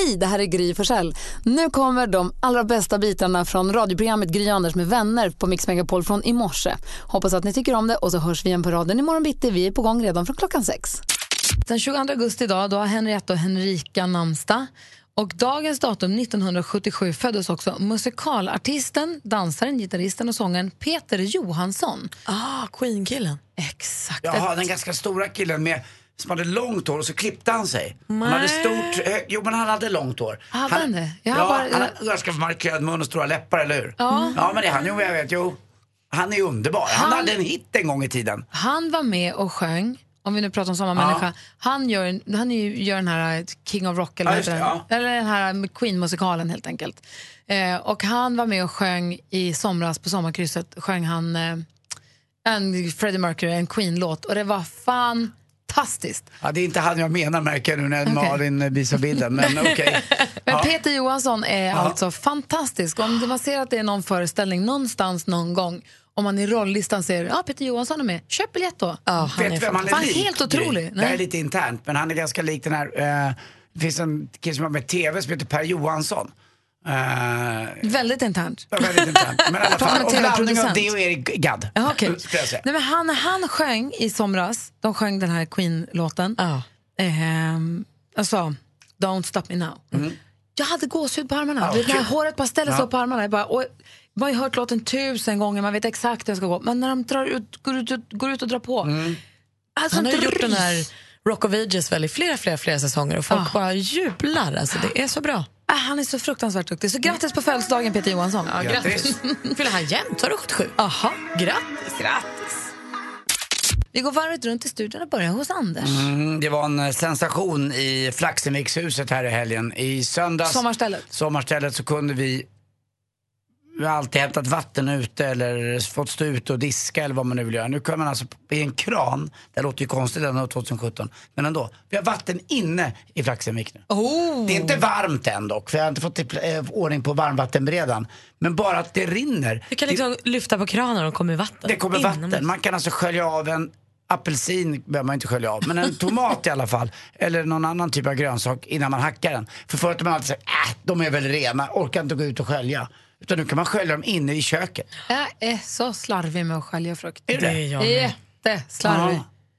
Hej, det här är Gry Forssell. Nu kommer de allra bästa bitarna från radioprogrammet Gry Anders med vänner på Mix Megapol från i morse. Hoppas att ni tycker om det och så hörs vi igen på raden imorgon bitti. Vi är på gång redan från 6:00. Den 22 augusti idag, då har Henrietta och Henrika namnsdag. Och dagens datum 1977 föddes också musikalartisten, dansaren, gitarristen och sångaren Peter Johansson. Queen-killen. Exakt. Ja, den ganska stora killen med som hade långt hår och så klippte han sig. Han hade men han hade långt hår. Hade han det? Han hade ganska markerad mun och stora läppar, eller hur? Ja, men det är han. Jag vet. Han är underbar. Han hade en hit en gång i tiden. Han var med och sjöng. Om vi nu pratar om samma människa. Han gör den här King of Rock eller den här Queen-musikalen helt enkelt. Och han var med och sjöng i somras på sommarkrysset. Sjöng han en Freddie Mercury, en Queen-låt. Och det var fantastiskt. Ja, det är inte han jag menar, märker nu när Malin visar bilden. Men okej. Men Peter Johansson är alltså fantastisk. Om man ser att det är någon föreställning någonstans någon gång, om man i rolllistan ser Peter Johansson är med, köp biljett då. Han är helt otrolig. Det är lite internt, men han är ganska lik den här det finns en kille som har med TV som heter Per Johansson. Väldigt internt. Ja, väldigt internt. Men i alla fall, och blandning av det och Erik Gadd. Okay. Nej, men han sjöng i somras, de sjöng den här Queen-låten. Alltså, Don't Stop Me Now. Jag hade gåshud på armarna. Håret bara ställer sig upp på armarna. Man har ju hört låten 1000 gånger, man vet exakt hur jag ska gå. Men när de går ut och drar på. Alltså, han har gjort den här Rock of Ages väl i flera säsonger. Och folk bara jublar. Alltså, det är så bra. Han är så fruktansvärt duktig. Så grattis på födelsedagen, Peter Johansson. Ja, grattis. Fyller han jämt? Har du 77? Aha. Grattis. Vi går varvet runt i studion och börjar hos Anders. Det var en sensation i Flaxenvikshuset här i helgen. I söndags, sommarstället så kunde vi har alltid hämtat vatten ute eller fått stå ute och diska eller vad man nu vill göra. Nu kan man alltså i en kran, det låter ju konstigt den 2017, men ändå, vi har vatten inne i Flaxenvik nu. Det är inte varmt än dock, för jag har inte fått ordning på varmvattenberedan, men bara att det rinner. Du kan liksom lyfta på kranen och kommer vatten. Det kommer vatten, man kan alltså skölja av en apelsin, behöver man inte skölja av, men en tomat i alla fall, eller någon annan typ av grönsak innan man hackar den. För förut man alltid säger, de är väl rena, orkar inte gå ut och skölja. Utan nu kan man skölja dem inne i köket. Jag är så slarvig med att skölja frukt. Är det? Jätteslarvig.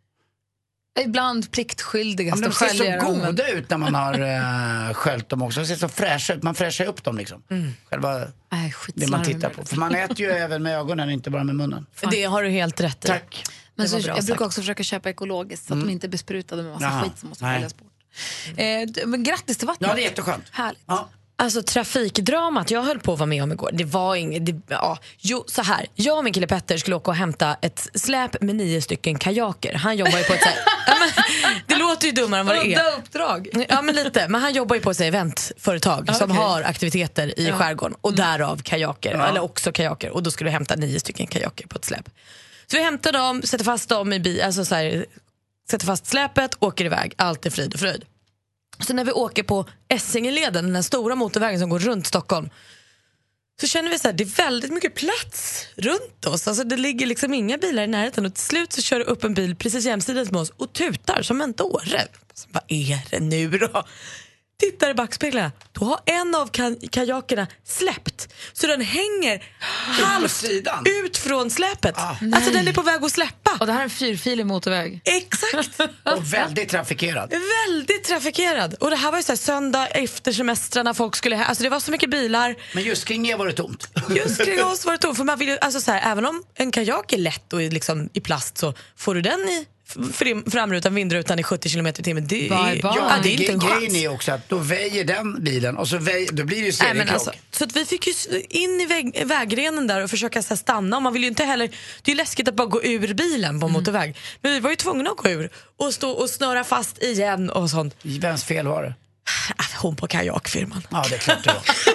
Ibland pliktskyldigast att skölja dem. De ser så goda ut när man har sköljt dem också. De ser så fräscha ut. Man fräschar upp dem liksom. Själva det man tittar på. För man äter ju även med ögonen, inte bara med munnen. Det har du helt rätt i. Tack. Men så, jag brukar också försöka köpa ekologiskt så att de inte är besprutade med massa skit som måste sköljas bort. Men grattis till vattnet. Ja, det är jätteskönt. Härligt. Ja. Alltså trafikdramat jag höll på att vara med om igår, det var inget, så här, jag och min kille Petter skulle åka och hämta ett släp med 9 stycken kajaker. Han jobbar ju på ett så här, det låter ju dummare än vad det är. Uppdrag. Ja, men lite, men han jobbar ju på ett eventföretag som har aktiviteter i skärgården och därav kajaker, eller också kajaker, och då skulle vi hämta 9 stycken kajaker på ett släp. Så vi hämtar dem, sätter fast dem i bil, alltså så här, sätter fast släpet, åker iväg, allt är frid och fröjd. Så när vi åker på Essingeleden, den här stora motorvägen som går runt Stockholm, så känner vi så här, det är väldigt mycket plats runt oss. Alltså det ligger liksom inga bilar i närheten. Och till slut så kör det upp en bil precis jämsides med oss och tutar som en dåre. Vad är det nu då? Tittar i backspeglarna. Då har en av kajakerna släppt. Så den hänger halvt ut från släpet. Alltså den är på väg att släppa. Och det här är en 4-filig motorväg. Exakt. Och väldigt trafikerad. Väldigt trafikerad. Och det här var ju så här söndag efter semestrarna, folk skulle alltså det var så mycket bilar. Men just kring er var det tomt. Just kring oss var det tomt. För man vill ju, alltså så här, även om en kajak är lätt och är liksom i plast, så får du den i framrutan, vindrutan i 70 km/h. Det är inte en chans. Grejen är också att då väger den bilen och så då blir det ju seriekrock. Alltså, så att vi fick ju in i vägrenen där och försaka så här, stanna. Och man vill ju inte heller, det är ju läskigt att bara gå ur bilen på motorväg. Men vi var ju tvungna att gå ur och stå och snöra fast igen och sånt. Vems fel var det? Hon på kajakfirman. Ja, det är klart det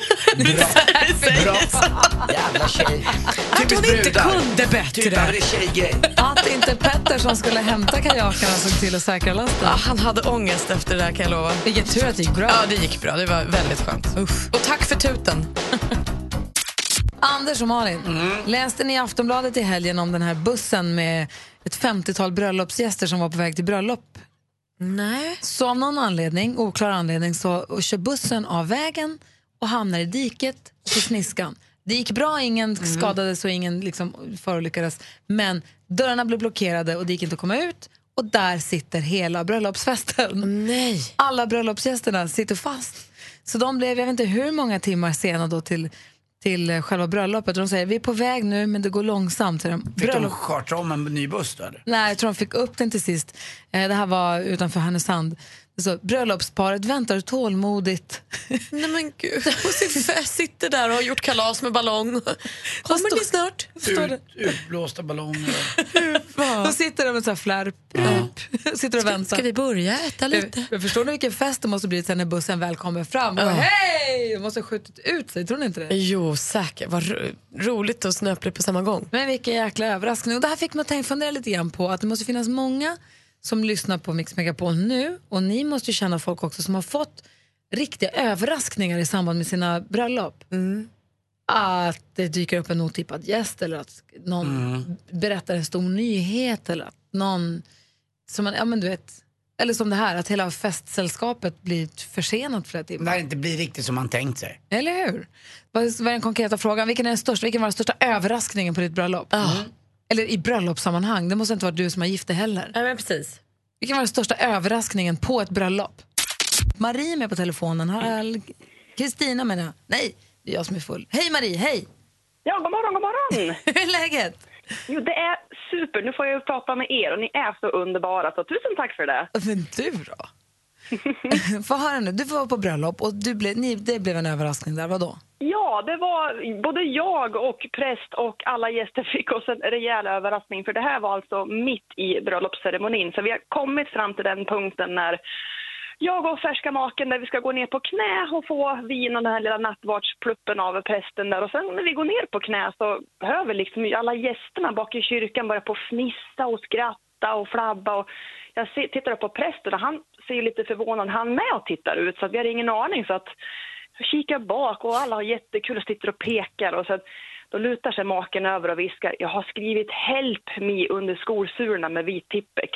var. Bra. Jävla tjej. Att hon inte kunde bättre. Typ av det tjejgrej. Att inte Petter som skulle hämta kajakerna såg till att säkra lasten. Ja, han hade ångest efter det där, kan jag lova. Vilket tur att det gick bra. Ja, det gick bra. Det var väldigt skönt. Och tack för tuten. Anders och Malin, läste ni i Aftonbladet i helgen om den här bussen med ett 50-tal bröllopsgäster som var på väg till bröllop? Nej. Så av någon anledning, oklar anledning, så kör bussen av vägen och hamnar i diket på Sniskan. Det gick bra, ingen skadades och ingen liksom förolyckades. Men dörrarna blev blockerade och det gick inte att komma ut. Och där sitter hela bröllopsfesten. Nej. Alla bröllopsgästerna sitter fast. Så de blev, jag vet inte hur många timmar sena då till själva bröllopet. De säger, vi är på väg nu men det går långsamt. Fick de chartra om en ny buss då, eller? Nej, jag tror de fick upp den till sist. Det här var utanför Härnösand. Så bröllopsparet väntar tålmodigt. Nej men gud, på sin fest sitter där och har gjort kalas med ballong. Kommer ni snart? Utblåsta ballonger. Då sitter de med så här flärp. Sitter och väntar. Ska vi börja äta lite? Jag förstår ni vilken fest det måste bli sen när bussen väl kommer fram. Och hej! De måste ha skjutit ut sig, tror ni inte det? Jo, säkert. Vad roligt och snöpligt på samma gång. Men vilken jäkla överraskning. Och det här fick man tänka fundera lite grann på. Att det måste finnas många som lyssnar på Mix Megapol nu. Och ni måste ju känna folk också som har fått riktiga överraskningar i samband med sina bröllop. Att det dyker upp en otippad gäst eller att någon berättar en stor nyhet eller att någon som man, ja men du vet, eller som det här att hela festsällskapet blir försenat flera timmar. När det inte blir riktigt som man tänkt sig. Eller hur? Vad är den konkreta frågan? Vilken var den största överraskningen på ditt bröllop? Eller i bröllopssammanhang. Det måste inte vara du som har gift dig heller. Ja, men precis. Vilken var den största överraskningen på ett bröllop? Marie är med på telefonen. Kristina menar jag. Nej, det är jag som är full. Hej Marie, hej! Ja, god morgon. Hur är läget? Jo, det är super. Nu får jag prata med er och ni är så underbara. Så tusen tack för det. Men du då? Få höra nu, du var på bröllop och det blev en överraskning där, vadå? Ja, det var både jag och präst och alla gäster fick oss en rejäl överraskning. För det här var alltså mitt i bröllopsceremonin. Så vi har kommit fram till den punkten när jag och färska maken där vi ska gå ner på knä och få vin och den här lilla nattvardspluppen av prästen där. Och sen när vi går ner på knä så hör vi liksom alla gästerna bak i kyrkan börja på fnissa och skratta och flabba. Och jag tittar upp på prästen och han ser lite förvånad. Han med och tittar ut så att vi har ingen aning. Så att jag kikar bak och alla har jättekul och sitter och pekar. Och så att då lutar sig maken över och viskar, jag har skrivit help me under skolsurna med vit tippex.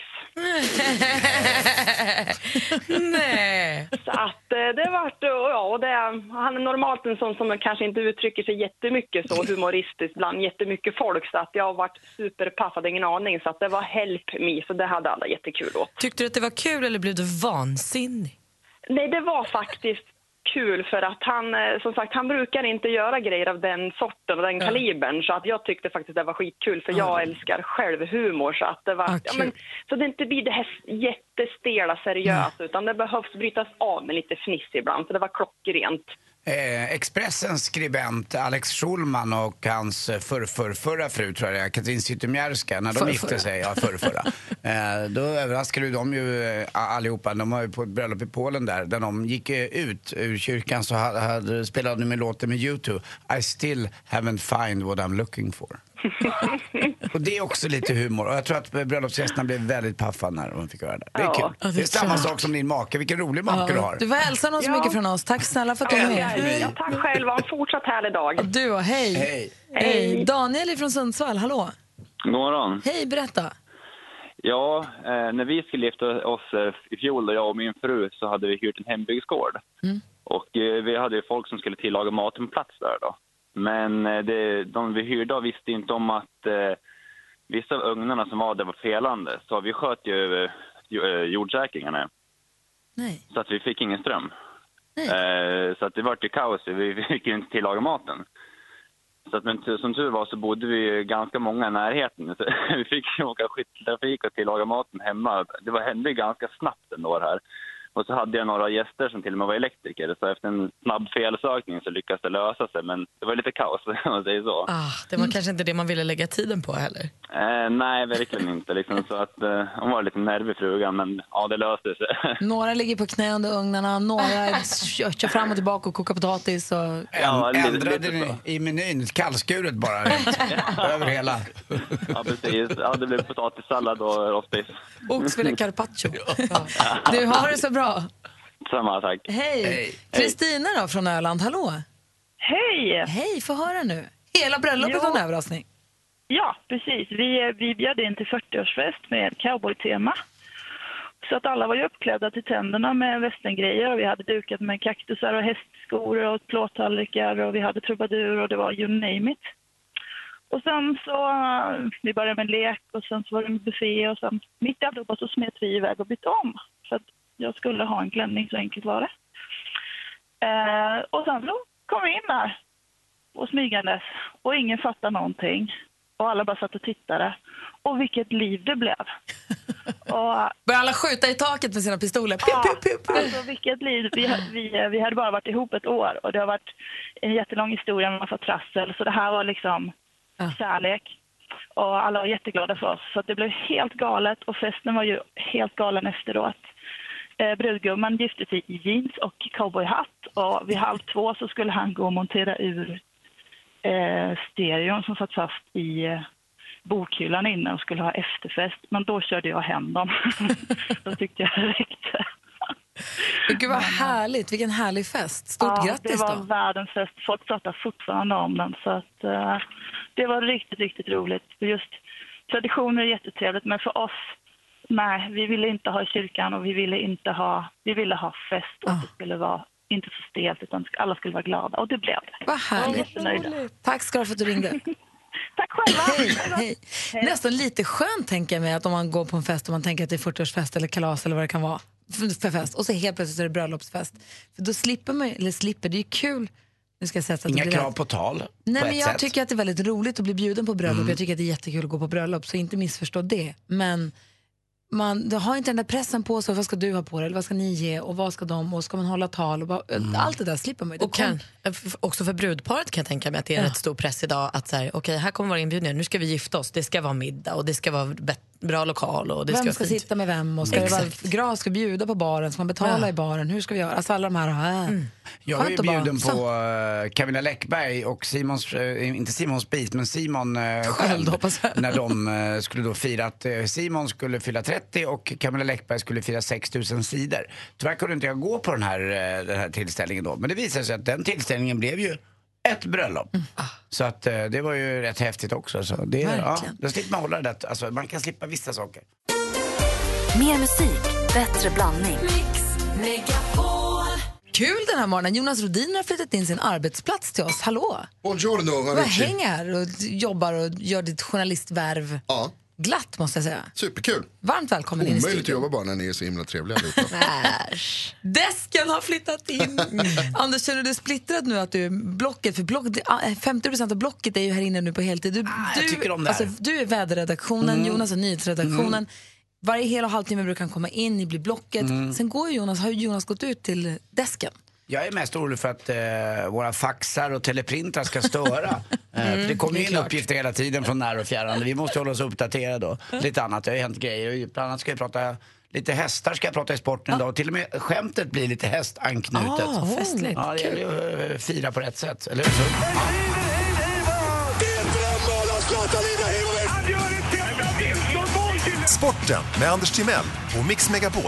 Nej. Så att det vart, och han är normalt en sån som kanske inte uttrycker sig jättemycket så humoristiskt bland jättemycket folk. Så att jag har varit superpaffad, ingen aning. Så att det var help me, så det hade alla jättekul åt. Tyckte du att det var kul eller blev du vansinnig? Nej, det var faktiskt kul för att han, som sagt, han brukar inte göra grejer av den sorten och den kalibern, så att jag tyckte faktiskt det var skitkul för jag älskar själv humor, så att det var så det inte blir det här jättestela seriöst utan det behövs brytas av med lite fniss ibland, så det var klockrent. Expressens skribent Alex Schulman och hans förra fru, tror jag, Katrin Zytomierska, när de gifte sig, förra. Då överraskade de ju allihopa. De var ju på ett bröllop i Polen där de gick ut ur kyrkan, så spelade de en låt med U2, I still haven't find what I'm looking for. Och det är också lite humor. Och jag tror att bröllopsgästerna blev väldigt paffa när de fick höra det. Det är kul. Ja, det är samma sak som din make. Vilken rolig make du har. Du var hälsa någon så mycket från oss. Tack snälla för att du är med. Ja, tack själv. Ha en fortsatt härlig dag. Och du, hej. Daniel är från Sundsvall, hallå. God morgon. Hej, berätta. Ja, när vi skulle gifta oss i fjol, jag och min fru, så hade vi hyrt en hembygdsgård. Och vi hade ju folk som skulle tillaga maten på plats där då. Men de vi hyrde visste inte om att vissa av ugnarna som var där var felande. Så vi sköt ju jordsäkringarna. Nej. Så att vi fick ingen ström. Så att det var ju kaos. Vi fick ju inte tillaga maten. Så att, men som tur var så bodde vi ganska många i närheten. Så vi fick ju åka skytteltrafik och tillaga maten hemma. Det hände ganska snabbt ändå här. Och så hade jag några gäster som till och med var elektriker. Så efter en snabb felsökning så lyckades det lösa sig. Men det var lite kaos, om man säger så. Det var kanske inte det man ville lägga tiden på heller. Nej, verkligen inte. Liksom, så att, hon var lite nervig frugan, men ja, det löste sig. Några ligger på knä under ugnarna. Några kör fram och tillbaka och kokar potatis. Och... Ändrade ni i menyn kallskuret bara? Över hela. Ja, precis. Ja, det blev potatissallad och rostbiff. Oxfilé carpaccio. Du har det så bra. Samma, tack. Hej. Kristina då från Öland, hallå. Hej. Hej, få höra nu. Hela bröllopet var en överraskning. Ja, precis. Vi bjöd in till 40-årsfest med cowboy-tema. Så att alla var ju uppklädda till tänderna med västerngrejer och vi hade dukat med kaktusar och hästskor och plåttallrikar och vi hade trubadur och det var you name it. Och sen så, vi började med en lek och sen så var det en buffé och sen mitt i alltihopa så smet vi iväg och bytte om. För att jag skulle ha en klänning, så enkelt var det. Och sen så kom vi in där och smygandes och ingen fattade någonting. Och alla bara satt och tittade. Och vilket liv det blev. Började alla skjuta i taket med sina pistoler? Alltså vilket liv. Vi hade bara varit ihop ett år och det har varit en jättelång historia med massa trassel. Så det här var liksom kärlek. Och alla var jätteglada för oss. Så att det blev helt galet och festen var ju helt galen efteråt. Brudgumman gifte sig i jeans och cowboyhatt och vid 1:30 så skulle han gå och montera ur stereon som satt fast i bokhyllan inne och skulle ha efterfest. Men då körde jag hem dem. Då tyckte jag det räckte. Gud vad härligt, vilken härlig fest. Stort grattis då. Det var världens fest. Folk pratar fortfarande om den. Så att, det var riktigt, riktigt roligt. Just traditioner är jättetrevligt, men för oss, nej, vi ville inte ha i kyrkan och vi ville ha fest och det skulle vara inte så stelt utan alla skulle vara glada och det blev det. Vad härligt. Tack ska du för att du ringde. Tack själva. Hej. Nästan lite skönt tänker jag mig att om man går på en fest och man tänker att det är 40-årsfest eller kalas eller vad det kan vara för fest och så helt plötsligt är det bröllopsfest. För då slipper man, det är ju kul. Nu ska jag säga så att inga det krav på tal. Nej, på men jag tycker att det är väldigt roligt att bli bjuden på bröllop. Jag tycker att det är jättekul att gå på bröllop, så inte missförstå det. Men man har inte den där pressen på sig. Vad ska du ha på dig? Eller vad ska ni ge? Och vad ska de? Och ska man hålla tal? Och allt det där slipper man. Och också för brudparet kan jag tänka mig att det är rätt stor press idag. Att så här, okej, här kommer våra inbjudningar. Nu ska vi gifta oss. Det ska vara middag. Och det ska vara bra lokal. Och det vem ska ska sitta med vem? Och ska det vara gras ska bjuda på baren? Ska man betala i baren? Hur ska vi göra? Alltså alla de här. Jag var ju bjuden på Camilla Läckberg och Simons, inte Simons bit, men Simon själv. När de skulle då fira att Simon skulle fylla 30 och Camilla Läckberg skulle fira 6000 sidor. Tyvärr kunde inte jag gå på den här tillställningen då. Men det visade sig att den tillställningen blev ju ett bröllop. Så att det var ju rätt häftigt också. Så det, då slipper man hålla det. Alltså, man kan slippa vissa saker. Mer musik, bättre blandning. Mix Megapol. Kul den här morgonen. Jonas Rodin har flyttat in sin arbetsplats till oss. Hallå! Buongiorno, du hänger här och jobbar och gör ditt journalistvärv. Ja. Glatt måste jag säga. Superkul. Varmt välkommen in i studion. Omöjligt att jobba bara när ni är så himla trevliga. Desken har flyttat in. Anders, känner du splittrat nu att du är blocket? För 50% av blocket är ju här inne nu på heltid. Jag tycker om det här. Alltså, du är väderredaktionen, Jonas är nyhetsredaktionen. Varje hel och halvtimme brukar han komma in, ni blir blocket. Sen har Jonas gått ut till desken. Jag är mest orolig för att våra faxar och teleprintrar ska störa. För det kommer in uppgifter hela tiden från när och fjärran. Vi måste hålla oss uppdaterade och lite annat. Det har hänt grejer. Bland annat ska jag prata lite hästar, ska jag prata i sporten idag. Och till och med skämtet blir lite hästanknutet. Festligt. Ja, det gäller ju fira på rätt sätt. Eller så? Sporten med Anders Timell och Mix Megapol.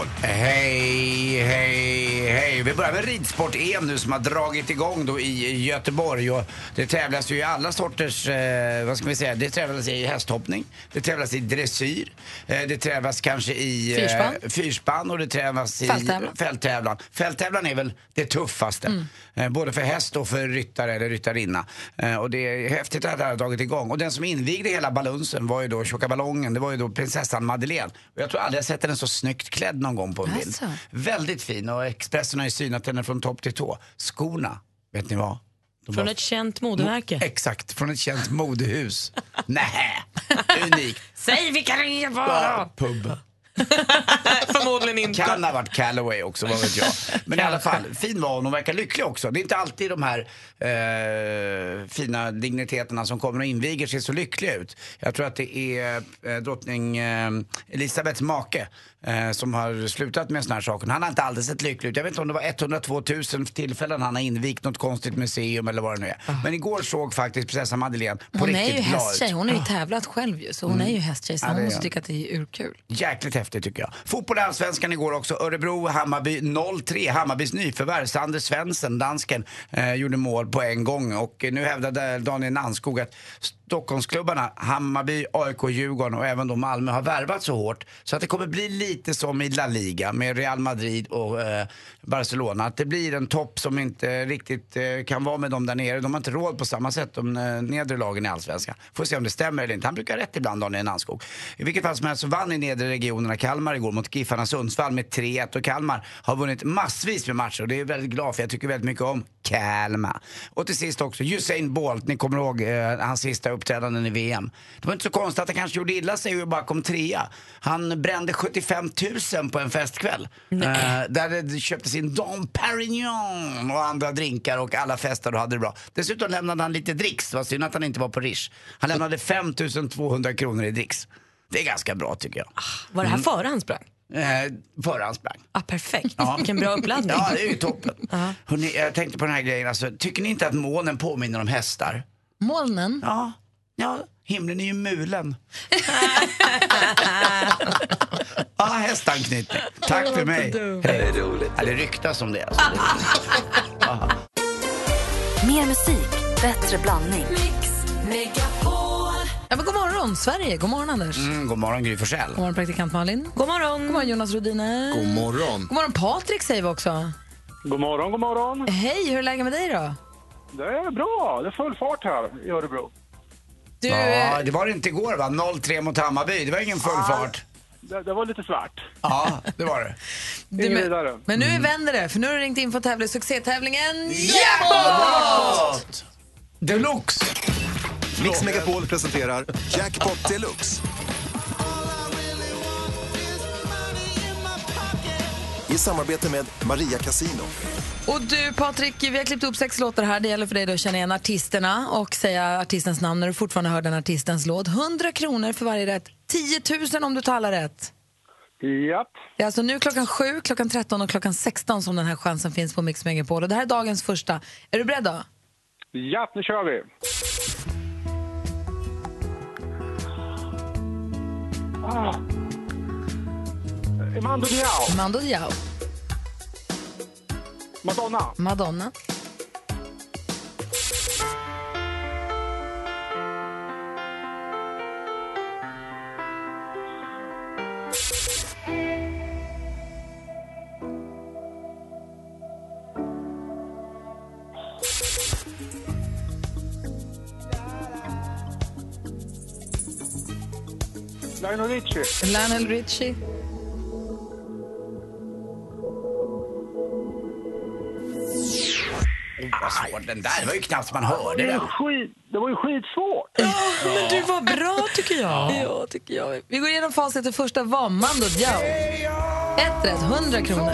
Hej. Vi börjar med ridsport-EM nu som har dragit igång då i Göteborg. Och det tävlas ju i alla sorters, vad ska vi säga, det tävlas i hästhoppning, det tävlas i dressyr, det tävlas kanske i fyrspann och det tävlas i fälttävlan. Fälttävlan är väl det tuffaste, både för häst och för ryttare eller ryttarinna. Och det är häftigt att det har dragit igång. Och den som invigde hela balunsen var ju då tjocka ballongen, det var ju då prinsessan Madeleine. Och jag tror aldrig jag sett henne så snyggt klädd någon gång på en bild. Väldigt fin, och Expressen har ju synat henne från topp till tå. Skorna, vet ni vad? Från ett känt modemärke. Exakt, från ett känt modehus. Nej, unikt. Säg vilka det är bara. Pub. Förmodligen inte. Kan ha varit Callaway också, vad vet jag. Men i alla fall, fin var hon och verkar lycklig också. Det är inte alltid de här fina digniteterna som kommer och inviger sig så lyckliga ut. Jag tror att det är drottning Elisabeths make som har slutat med såna här saker. Han har inte alldeles sett lycklig ut. Jag vet inte om det var 102 000 tillfällen han har invigt något konstigt museum eller vad det nu är. Men igår såg faktiskt prinsessan Madeleine på hon riktigt är ju glad hästtjej, hon är ju tävlat själv ju, så hon är ju hästtjej, så hon måste tycka att det är urkul. Jäkligt häftigt tycker jag. Fotboll i Allsvenskan igår också. Örebro, Hammarby 0-3. Hammarbys nyförvärv, Sander Svensson, dansken, gjorde mål på en gång. Och nu hävdade Daniel Nannskog att Stockholmsklubbarna, Hammarby, AIK, Djurgården och även då Malmö har värvat så hårt så att det kommer bli lite som i La Liga med Real Madrid och Barcelona. Att det blir en topp som inte riktigt kan vara med dem där nere. De har inte råd på samma sätt de nedre lagen i Allsvenskan. Får se om det stämmer eller inte. Han brukar rätt ibland, Daniel Nanskog. I vilket fall som helst så vann i nedre regionerna Kalmar igår mot Giffarna Sundsvall med 3-1 och Kalmar har vunnit massvis med matcher och det är väldigt glad för jag tycker väldigt mycket om Kalmar. Och till sist också Usain Bolt, ni kommer ihåg hans sista uppträdanden i VM. Det var inte så konstigt att han kanske gjorde illa sig och bara kom 3. Han brände 75 000 på en festkväll. Där det köptes in Dom Perignon och andra drinkar och alla festade och hade det bra. Dessutom lämnade han lite dricks, det var synd att han inte var på Rish. Han lämnade 5 200 kronor i dricks. Det är ganska bra tycker jag. Var det här före han sprang? Före han sprang. Perfekt, vilken bra uppladdning. Ja, det är ju toppen. Hörrni, jag tänkte på den här grejen, alltså, tycker ni inte att molnen påminner om hästar? Molnen? Ja, himlen är ju mulen. Hästanknytning. Tack för mig. Det är roligt. Det ryktas om det. Alltså. Mer musik, bättre blandning. Ja, men god morgon Sverige, god morgon Anders. God morgon Gry Forssell. God morgon praktikant Malin. God morgon. God morgon Jonas Rodine. God morgon. God morgon Patrik säger vi också. God morgon, god morgon. Hej, hur är läget med dig då? Det är bra, det är full fart här i Örebro. Ja, det var det inte igår va? 0-3 mot Hammarby, det var ingen full fart. Det var lite svart. Ja, det var det. Men nu vänder det, för nu har du ringt in för att tävla i succétävlingen Jackpot! Deluxe! Mix Megapol presenterar Jackpot Deluxe. I samarbete med Maria Casino. Och du Patrik, vi har klippt upp 6 låtar här. Det gäller för dig då att känna igen artisterna och säga artistens namn när du fortfarande hör den artistens låt. 100 kronor för varje rätt. 10 000 om du talar rätt. Japp. Det är alltså nu klockan 7, klockan 13 och klockan 16 som den här chansen finns på Mix Megapol. Och det här är dagens första. Är du beredd då? Japp, nu kör vi. Mando Diao. Madonna. Lionel Richie. Den där var ju knappt man hörde den. Det var ju skitsvårt. Men du var bra tycker jag. Ja, tycker jag. Vi går igenom facit. Det första var Mando Diao. 1 rätt, 100 kronor.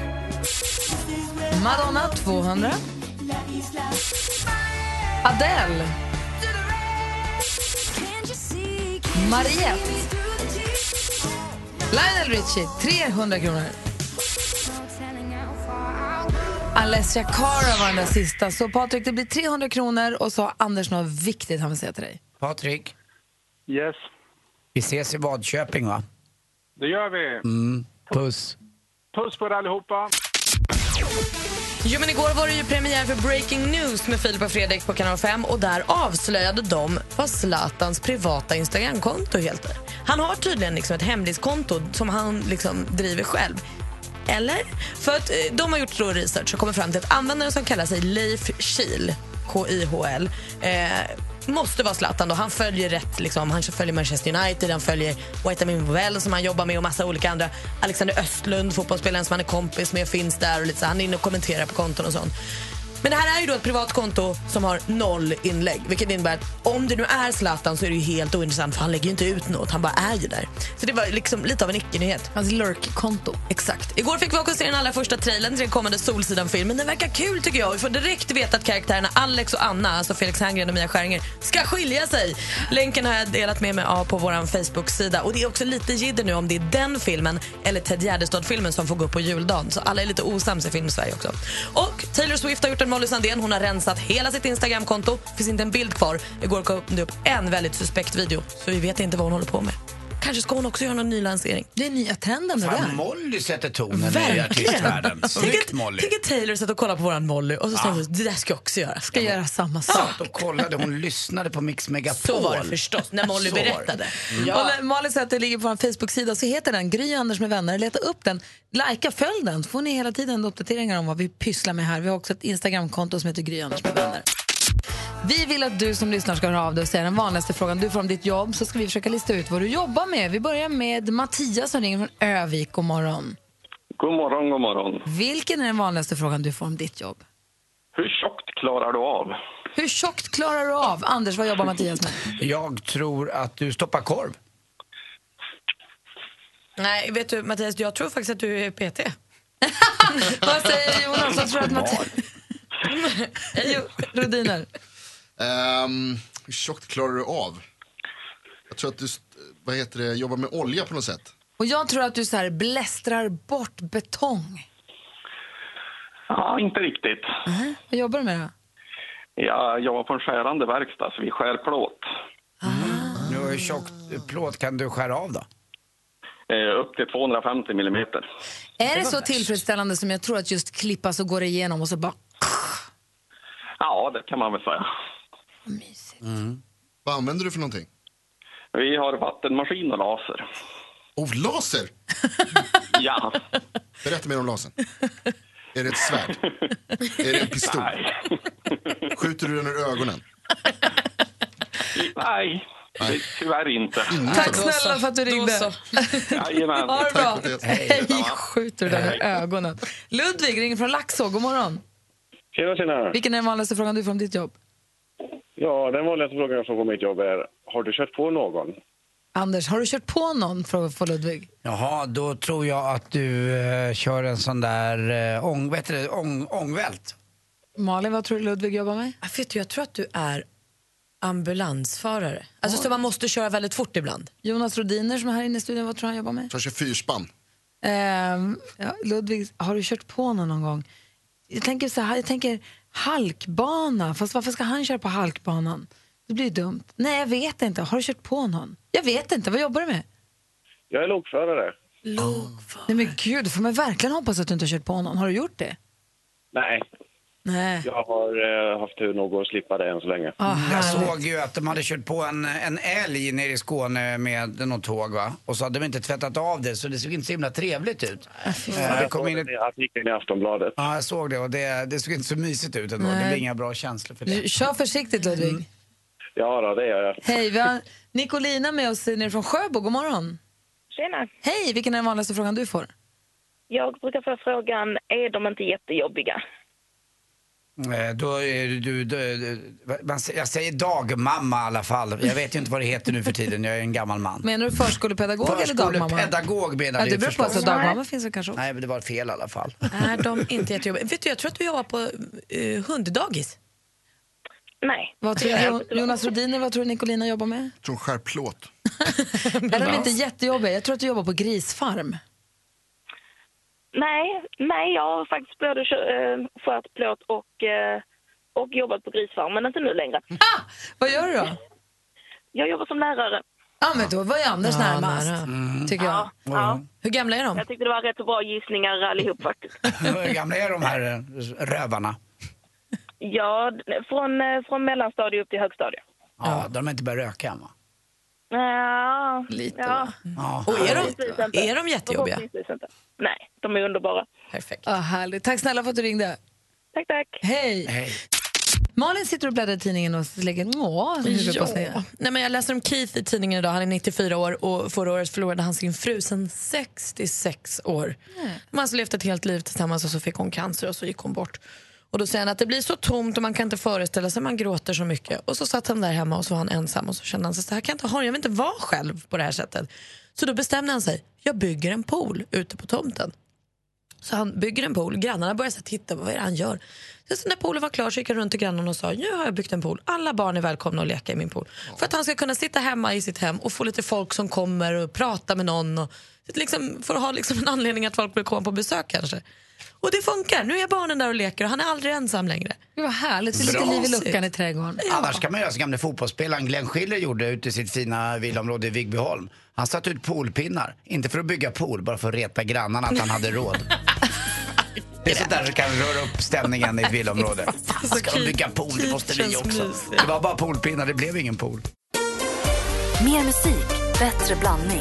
Madonna, 200. Adele. Mariette. Lionel Richie, 300 kronor. Alessia Cara var den där sista. Så Patrik, det blir 300 kronor. Och så har Anders något viktigt han vill säga till dig. Patrik. Yes. Vi ses i Vadköping va? Det gör vi. Puss. Puss på er allihopa. Jo, men igår var det ju premiär för Breaking News med Filip och Fredrik på Kanal 5 och där avslöjade de vad Zlatans privata Instagramkonto heter. Han har tydligen liksom ett hemliskonto som han liksom driver själv. Eller? För att de har gjort research och kommit fram till att användaren som kallar sig Leif Kihl, K-I-H-L, måste vara Zlatan då. Han följer rätt liksom. Han följer Manchester United, han följer Vitamin Well som han jobbar med och massa olika andra. Alexander Östlund, fotbollsspelaren som han är kompis med, finns där och lite så. Han är inne och kommenterar på konton och sånt. Men det här är ju då ett privat konto som har 0 inlägg. Vilket innebär att om det nu är Zlatan så är det ju helt ointressant. För han lägger ju inte ut något, han bara är ju där. Så det var liksom lite av en icke-nyhet. Hans lurk-konto. Exakt. Igår fick vi också se den allra första trailern till den kommande Solsidan-filmen. Den verkar kul tycker jag. Vi får direkt veta att karaktärerna Alex och Anna, alltså Felix Herngren och Mia Skäringer, ska skilja sig. Länken har jag delat med mig på vår Facebook-sida. Och det är också lite jidder nu om det är den filmen eller Ted Gärdestad-filmen som får gå upp på juldagen. Så alla är lite osams i Filmsverige också. Och Taylor Swift har gjort en Molly Sandén. Hon har rensat hela sitt Instagram-konto. Finns inte en bild kvar. Igår kom det upp en väldigt suspekt video. Så vi vet inte vad hon håller på med. kanske ska hon också göra någon ny lansering. Det är nya trenden det där. Molly sätter tonen i artistvärlden. Snyggt Molly. Tänk att Taylor satt och kollade på våran Molly och så sa hon, det där ska jag också göra. Ska göra samma sak. Och kollade, hon lyssnade på Mix Megapol. Så var det förstås, när Molly berättade. Ja. Och när Molly säger att det ligger på en Facebook-sida så heter den Gry Anders med vänner. Leta upp den, likea, följ den. Så får ni hela tiden uppdateringar om vad vi pysslar med här. Vi har också ett Instagram-konto som heter Gry Anders med vänner. Vi vill att du som lyssnar ska höra av dig och säga den vanligaste frågan du får om ditt jobb, så ska vi försöka lista ut vad du jobbar med. Vi börjar med Mattias som ringer från Övik. God morgon. God morgon, god morgon. Vilken är den vanligaste frågan du får om ditt jobb? Hur tjockt klarar du av? Hur tjockt klarar du av? Anders, vad jobbar Mattias med? Jag tror att du stoppar korv. Nej, vet du Mattias, jag tror faktiskt att du är PT. Vad säger Jonas? Jag tror att Mattias... Rudiner. Hur tjockt klarar du av? Jag tror att du jobbar med olja på något sätt. Och jag tror att du så här blästrar bort betong. Ja, inte riktigt. Vad jobbar du med då? Jag jobbar på en skärande verkstad, så vi skär plåt. Hur tjockt plåt kan du skära av då? Upp till 250 millimeter. Är det så tillfredsställande som jag tror att just klippa så går det igenom och så bara... Ja, det kan man väl säga. Mysigt. Vad använder du för någonting? Vi har vattenmaskin och laser. Laser? Ja. Berätta mer om lasern. Är det ett svärd? Är det en pistol? Nej. Skjuter du den ur ögonen? Nej. Tyvärr inte. Tack snälla för att du ringde. Jajamän. Ha det bra. Hej, skjuter du den i ögonen. Ludvig ringer från Laxå. God morgon. Tjena. Vilken är den vanligaste frågan du får om ditt jobb? Ja, den vanligaste frågan jag får på mitt jobb är: har du kört på någon? Anders, har du kört på någon för Ludvig? Jaha, då tror jag att du kör en sån där ångvält. Malin, vad tror du Ludvig jobbar med? Jag tror att du är ambulansförare. Alltså så man måste köra väldigt fort ibland. Jonas Rodiner som är här inne i studion, vad tror han jobbar med? Jag kör fyrspann. Ludvig, har du kört på någon gång? Jag tänker halkbana. Fast varför ska han köra på halkbanan? Det blir dumt. Nej, jag vet inte. Har du kört på någon? Jag vet inte. Vad jobbar du med? Jag är lokförare. Nej men gud, får man verkligen hoppas att du inte har kört på någon. Har du gjort det? Nej. Jag har haft tur nog att slippa det än så länge. Jag såg ju att de hade kört på en älg nere i Skåne med något tåg, va? Och så hade de inte tvättat av det, så det såg inte så himla trevligt ut. Det kom in artikeln i Aftonbladet. Ja, jag såg det och det såg inte så mysigt ut ändå. Det blir inga bra känslor för det. Kör försiktigt Ludvig. Ja då, det gör jag. Hej, vi har Nicolina med oss nere från Sjöbo. God morgon. Tjena. Hej, vilken är den vanligaste frågan du får? Jag brukar få frågan, är de inte jättejobbiga? Då är jag säger dagmamma i alla fall. Jag vet ju inte vad det heter nu för tiden. Jag är en gammal man. Menar du förskolepedagog eller dagmamma? Förskolepedagog menar det beror på att dagmamma finns det kanske också. Nej, men det var fel i alla fall. Är de inte jättejobbiga? Vet du, jag tror att du jobbar på hunddagis. Nej. Vad tror Jonas Rodiner, vad tror du Nicolina jobbar med? Jag tror skär plåt. Är de inte jättejobbiga? Jag tror att du jobbar på grisfarm. Nej, jag har faktiskt både skört plåt och jobbat på grisfarm, men inte nu längre. Vad gör du då? Jag jobbar som lärare. Ja, men då var ju Anders närmast, tycker jag. Ja. Hur gamla är de? Jag tyckte det var rätt så bra gissningar allihop faktiskt. Hur gamla är de här rövarna? Ja, från mellanstadie upp till högstadie. Ja, de har inte börjat röka än, va? Ja, lite. Ja. Och är de jättejobbiga? Nej, de är underbara. Perfekt. Härligt. Tack snälla för att du ringde. Tack. Hej. Malin sitter och bläddrar i tidningen och lägger Nej, men jag läser om Keith i tidningen idag. Han är 94 år och förra året förlorade han sin fru sedan 66 år. De har alltså levt ett helt liv tillsammans och så fick hon cancer och så gick hon bort. Och då säger han att det blir så tomt och man kan inte föreställa sig, man gråter så mycket. Och så satt han där hemma och så var han ensam och så kände han sig så här kan jag inte ha, jag vill inte vara själv på det här sättet. Så då bestämde han sig, jag bygger en pool ute på tomten. Så han bygger en pool, grannarna börjar så titta, vad är det han gör? Så när poolen var klar så gick jag runt till grannarna och sa, nu har jag byggt en pool, alla barn är välkomna att leka i min pool. För att han ska kunna sitta hemma i sitt hem och få lite folk som kommer och prata med någon och liksom, för att ha liksom en anledning att folk vill komma på besök kanske. Och det funkar. Nu är barnen där och leker och han är aldrig ensam längre. Det var härligt. Det är lite liv i luckan i trädgården. Ja. Annars kan man göra som gamla fotbollsspelaren Glenn Schiller gjorde ute i sitt fina villaområde i Vigbyholm. Han satt ut poolpinnar. Inte för att bygga pool, bara för att reta grannarna att han hade råd. Det är sånt där som kan röra upp stämningen i ett villaområde. Ska de bygga pool, det måste vi också. Det var bara poolpinnar, det blev ingen pool. Mer musik, bättre blandning.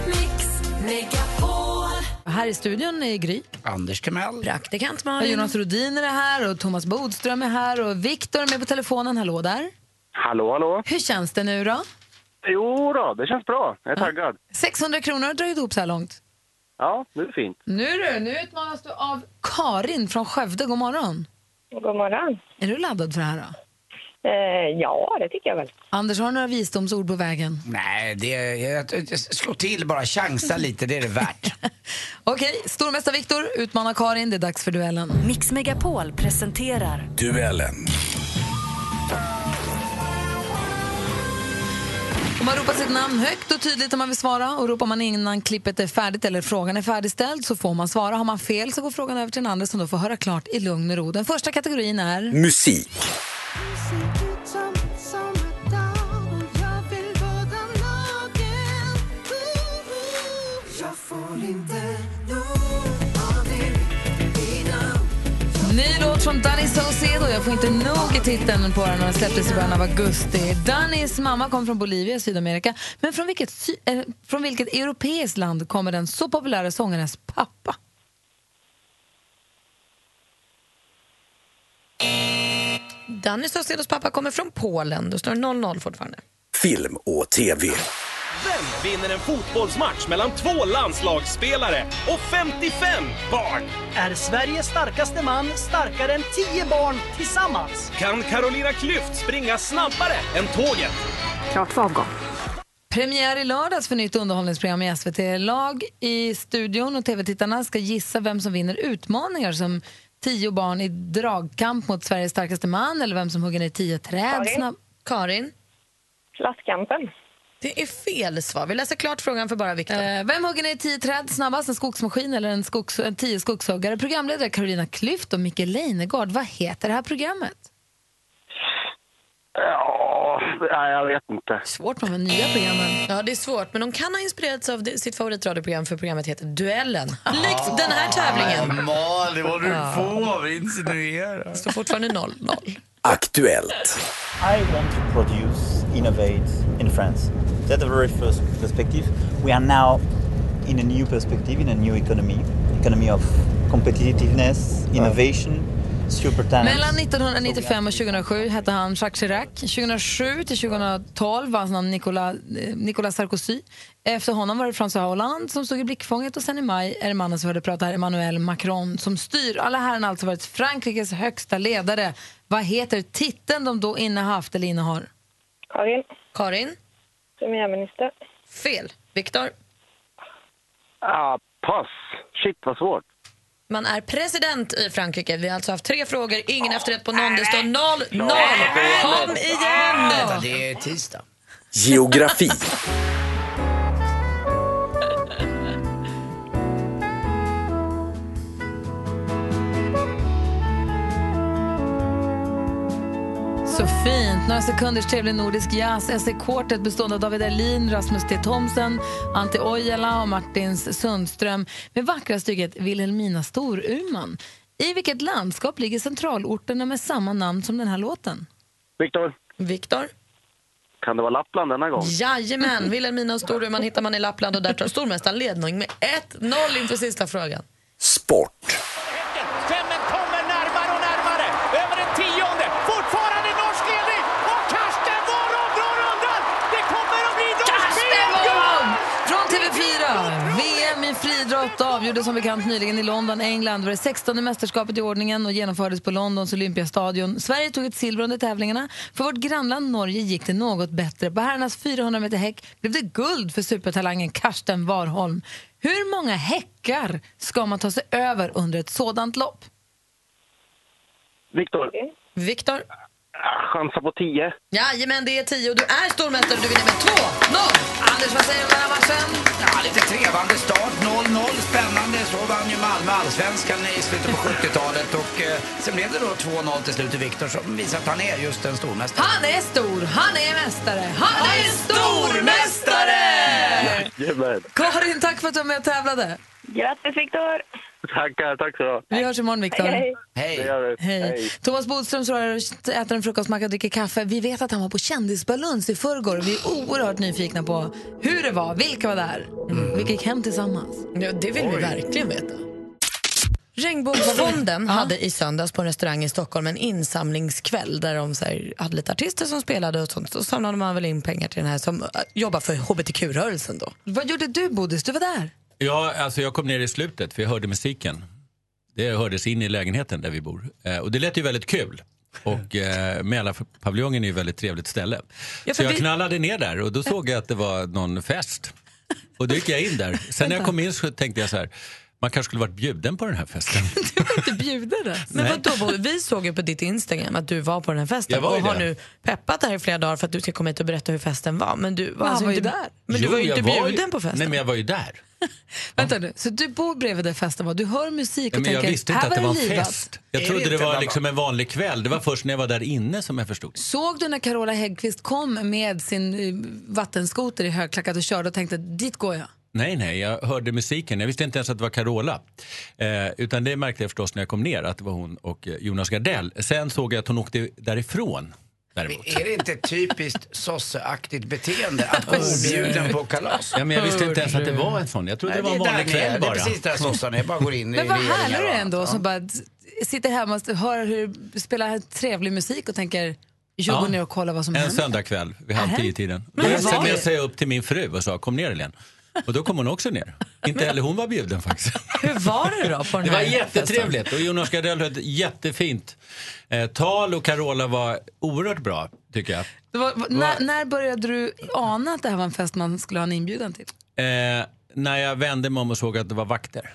Här i studion är Gry. Anders Timell. Praktikant Malin. Jonas Rodiner är här och Thomas Bodström är här och Viktor är med på telefonen. Hallå där. Hallå. Hur känns det nu då? Jo då, det känns bra. Jag är taggad. 600 kronor har dragit ihop så här långt. Ja, det är fint. Nu utmanas du av Karin från Skövde. God morgon. God morgon. Är du laddad för det här då? Ja, det tycker jag väl. Anders, har du några visdomsord på vägen? Nej, slå till bara, chansa lite, det är det värt. Okej, stormästare Viktor utmanar Karin, det är dags för duellen. Mix Megapol presenterar Duellen. Om man ropar sitt namn högt och tydligt om man vill svara och ropar man innan klippet är färdigt eller frågan är färdigställd så får man svara. Har man fel så går frågan över till en annan som då får höra klart i lugn och ro. Den första kategorin är Musik. ny låt från Danny Saucedo. Jag får inte nog i titeln på den när den släpptes i början av augusti. Dannys mamma kom från Bolivia, Sydamerika. Men från vilket europeiskt land kommer den så populära sångarens pappa? Danny Saucedos pappa kommer från Polen. Då står det 0-0 fortfarande. Film och TV. Vem vinner en fotbollsmatch mellan två landslagsspelare och 55 barn? Är Sveriges starkaste man starkare än 10 barn tillsammans? Kan Carolina Klüft springa snabbare än tåget? Klart för avgång. Premiär i lördags för nytt underhållningsprogram i SVT. Lag i studion och tv-tittarna ska gissa vem som vinner utmaningar som 10 barn i dragkamp mot Sveriges starkaste man eller vem som hugger ner 10 träd. Karin? Klasskampen. Det är fel svar. Vi läser klart frågan för bara Viktor. Vem hugger ner 10 träd snabbast? En skogsmaskin eller en 10 skogshuggare? Programledare Carolina Klüft och Micke Leijnegard. Vad heter det här programmet? Ja, jag vet inte. Svårt med de nya programmen. Ja, det är svårt. Men de kan ha inspirerats av sitt favoritradioprogram för programmet heter Duellen. Likt den här tävlingen. Mal, det var du får insinuera. Det står fortfarande 0-0. Aktuellt. I want to produce, innovate in France. That's the very first perspective. We are now in a new perspective, in a new economy of competitiveness, innovation, supertalent. Mellan 1995 och 2007 hette han Jacques Chirac. 2007 till 2012 var hans namn Nicolas Sarkozy. Efter honom var det François Hollande som stod i blickfånget och sen i maj är det mannen som hörde prata här, Emmanuel Macron, som styr. Alla här har alltså varit Frankrikes högsta ledare. Vad heter titeln de då innehaft eller innehar? Karin? Premiärminister. Fel. Viktor? Pass. Shit, vad svårt. Man är president i Frankrike. Vi har alltså haft 3 frågor, ingen efter rätt på någon. Det står 0-0. Kom igen! Det är tisdag. Geografi. Så fint. Några sekunders trevlig nordisk jazz. SE-quartet bestående av David Erlin, Rasmus T. Thomsen, Antti Ojala och Martins Sundström med vackra stycket Vilhelmina Storuman. I vilket landskap ligger centralorterna med samma namn som den här låten? Viktor? Kan det vara Lappland denna gång? Jajamän, Vilhelmina och Storuman hittar man i Lappland och där tar stormästaren ledning med 1-0 inför sista frågan. Sport. Femmen kommer närmare och närmare. Över en 10:e. Fortfarande norsk ledning. Och Karsten Warholm drar undan. Det kommer att bli norsk VM-guld! Från TV4. VM i friidrott avgjordes som bekant nyligen i London, England. Det var det 16:e mästerskapet i ordningen och genomfördes på Londons Olympiastadion. Sverige tog ett silver under tävlingarna. För vårt grannland Norge gick det något bättre. På herrarnas 400 meter häck blev det guld för supertalangen Karsten Warholm. Hur många häckar ska man ta sig över under ett sådant lopp? Viktor? Chansa på 10. Jajamän, det är 10 och du är stormästare och du vinner med 2-0. Anders, vad säger du om den här matchen? Ja, lite trevande start, 0-0, spännande. Så vann ju Malmö allsvenskan i slutet på 70-talet och sen blev det då 2-0 till slut till Viktor som visar att han är just en stormästare. Han är stor, han är mästare, han är stormästare! Jajamän. Karin, tack för att du var med och tävlade. Grattis, Viktor! Tack så du. Vi hörs imorgon, Viktor. Hej. Det gör vi. Hej. Thomas Bodström så äter en frukostmacka och dricker kaffe. Vi vet att han var på kändisbaluns i förrgår. Vi är oerhört nyfikna på hur det var, vilka var där. Vilka gick hem tillsammans. Ja, det vill vi verkligen veta. Regnbågsfonden hade i söndags på en restaurang i Stockholm en insamlingskväll där de så här, hade lite artister som spelade och sånt. Så samlade man väl in pengar till den här som jobbar för HBTQ-rörelsen då. Vad gjorde du, Bodis? Du var där. Ja, alltså jag kom ner i slutet för jag hörde musiken. Det hördes in i lägenheten där vi bor. Och det lät ju väldigt kul. Och Mälarpaviljongen är ju ett väldigt trevligt ställe. Ja, så jag knallade ner där och då såg jag att det var någon fest. Och då gick jag in där. Sen när jag kom in så tänkte jag så här, man kanske skulle varit bjuden på den här festen. Du var inte bjuden. Men vadå, vi såg ju på ditt Instagram att du var på den här festen. Och har nu peppat här i flera dagar för att du ska komma hit och berätta hur festen var. Men du var, alltså var ju där. Men du var ju inte bjuden på festen. Nej, men jag var ju där. Vänta nu, så du bor bredvid där festen var. Du hör musik och tänker, jag visste inte att det var en livat. fest. Jag trodde det var liksom en vanlig kväll. Det var först när jag var där inne som jag förstod. Såg du när Carola Häggkvist kom med sin vattenskoter i högklackat och körde och tänkte, dit går jag? Nej, jag hörde musiken. Jag visste inte ens att det var Carola. Utan det märkte jag förstås när jag kom ner att det var hon och Jonas Gardell. Sen såg jag att hon åkte därifrån. Däremot. Är det inte ett typiskt sosseaktigt beteende att gå bjuden på kalas? Ja, men jag visste inte ens att det var en sån. Jag trodde det var en vanlig kväll bara. Det är precis där sossarna är. Bara går in i men vad härligt det ändå som bara sitter hemma och hör hur spelar trevlig musik och tänker jag går ner och kollar vad som händer. En söndagkväll vid 9:30. Då smsade jag upp till min fru och sa kom ner Helene. Och då kom hon också ner. Inte heller hon var bjuden faktiskt. Hur var det då på den här? Det var jättetrevligt festen? och Jonas Gardell hade ett jättefint tal och Carola var oerhört bra tycker jag. När började du ana att det här var en fest man skulle ha en inbjudan till? När jag vände mig om och såg att det var vakter.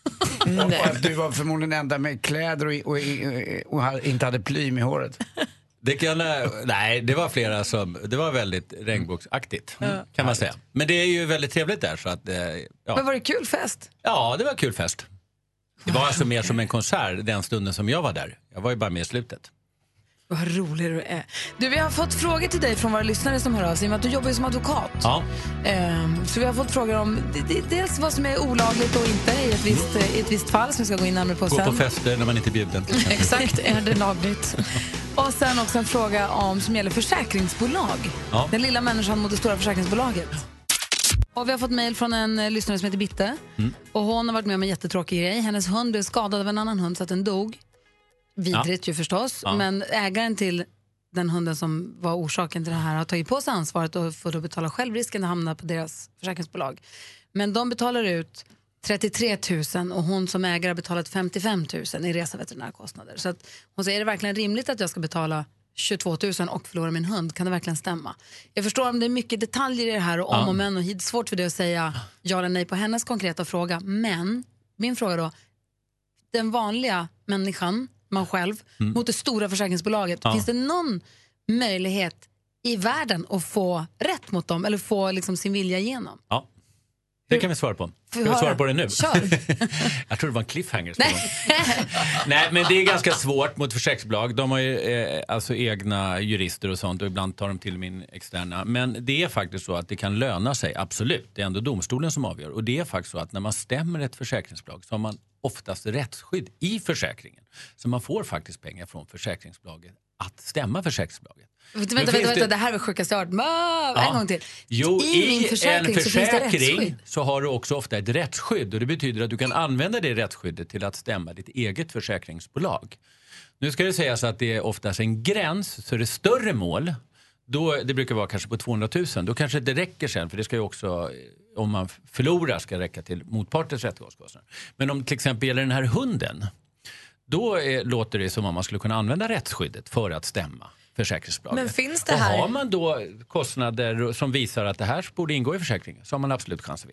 Du var förmodligen enda med kläder och inte hade plym i håret. Nej, det var flera som, det var väldigt regnbågsaktigt kan man säga. Men det är ju väldigt trevligt där så att ja. Men var det kul fest? Ja, det var kul fest. Det var alltså mer som en konsert den stunden som jag var där. Jag var ju bara med i slutet. Vad rolig du är. Du, vi har fått frågor till dig från våra lyssnare som hör av sig. Att du jobbar ju som advokat. Ja. Så vi har fått frågor om dels vad som är olagligt och inte i ett visst fall som vi ska gå in närmare på sen. Gå på fester när man inte är bjuden. Exakt, är det lagligt? Och sen också en fråga som gäller försäkringsbolag. Ja. Den lilla människan mot det stora försäkringsbolaget. Och vi har fått mejl från en lyssnare som heter Bitte. Och hon har varit med om en jättetråkig grej. Hennes hund blev skadad av en annan hund så att den dog. Vidrigt ju förstås. Ja. Men ägaren till den hunden som var orsaken till det här har tagit på sig ansvaret och får då betala självrisken när hamnar på deras försäkringsbolag. Men de betalar ut 33 000 och hon som ägare har betalat 55 000 i reseveterinärkostnader. Så att hon säger, är det verkligen rimligt att jag ska betala 22 000 och förlora min hund? Kan det verkligen stämma? Jag förstår om det är mycket detaljer i det här och om och men och hit. Svårt för det att säga ja eller nej på hennes konkreta fråga. Men min fråga då, den vanliga människan, man själv, mot det stora försäkringsbolaget. Finns det någon möjlighet i världen att få rätt mot dem eller få liksom sin vilja igenom? Ja. Det kan vi svara på. Ska vi svara på det nu? Kör. Jag tror det var en cliffhanger. Nej, men det är ganska svårt mot försäkringsbolag. De har ju alltså egna jurister och sånt och ibland tar de till min externa. Men det är faktiskt så att det kan löna sig, absolut. Det är ändå domstolen som avgör. Och det är faktiskt så att när man stämmer ett försäkringsbolag så har man oftast rättsskydd i försäkringen. Så man får faktiskt pengar från försäkringsbolaget att stämma försäkringsbolaget. Vänta, det här är väl sjukaste art. En gång till. Jo, i en försäkring så har du också ofta ett rättsskydd. Och det betyder att du kan använda det rättsskyddet till att stämma ditt eget försäkringsbolag. Nu ska det sägas att det är oftast en gräns, så är det större mål. Då, det brukar vara kanske på 200 000. Då kanske det räcker sen, för det ska ju också, om man förlorar, ska räcka till motpartens rättegångskostnader. Men om till exempel gäller den här hunden, då låter det som om man skulle kunna använda rättsskyddet för att stämma försäkringsbolaget. Men finns det här? Och har man då kostnader som visar att det här borde ingå i försäkringen, så har man absolut chans att vinna.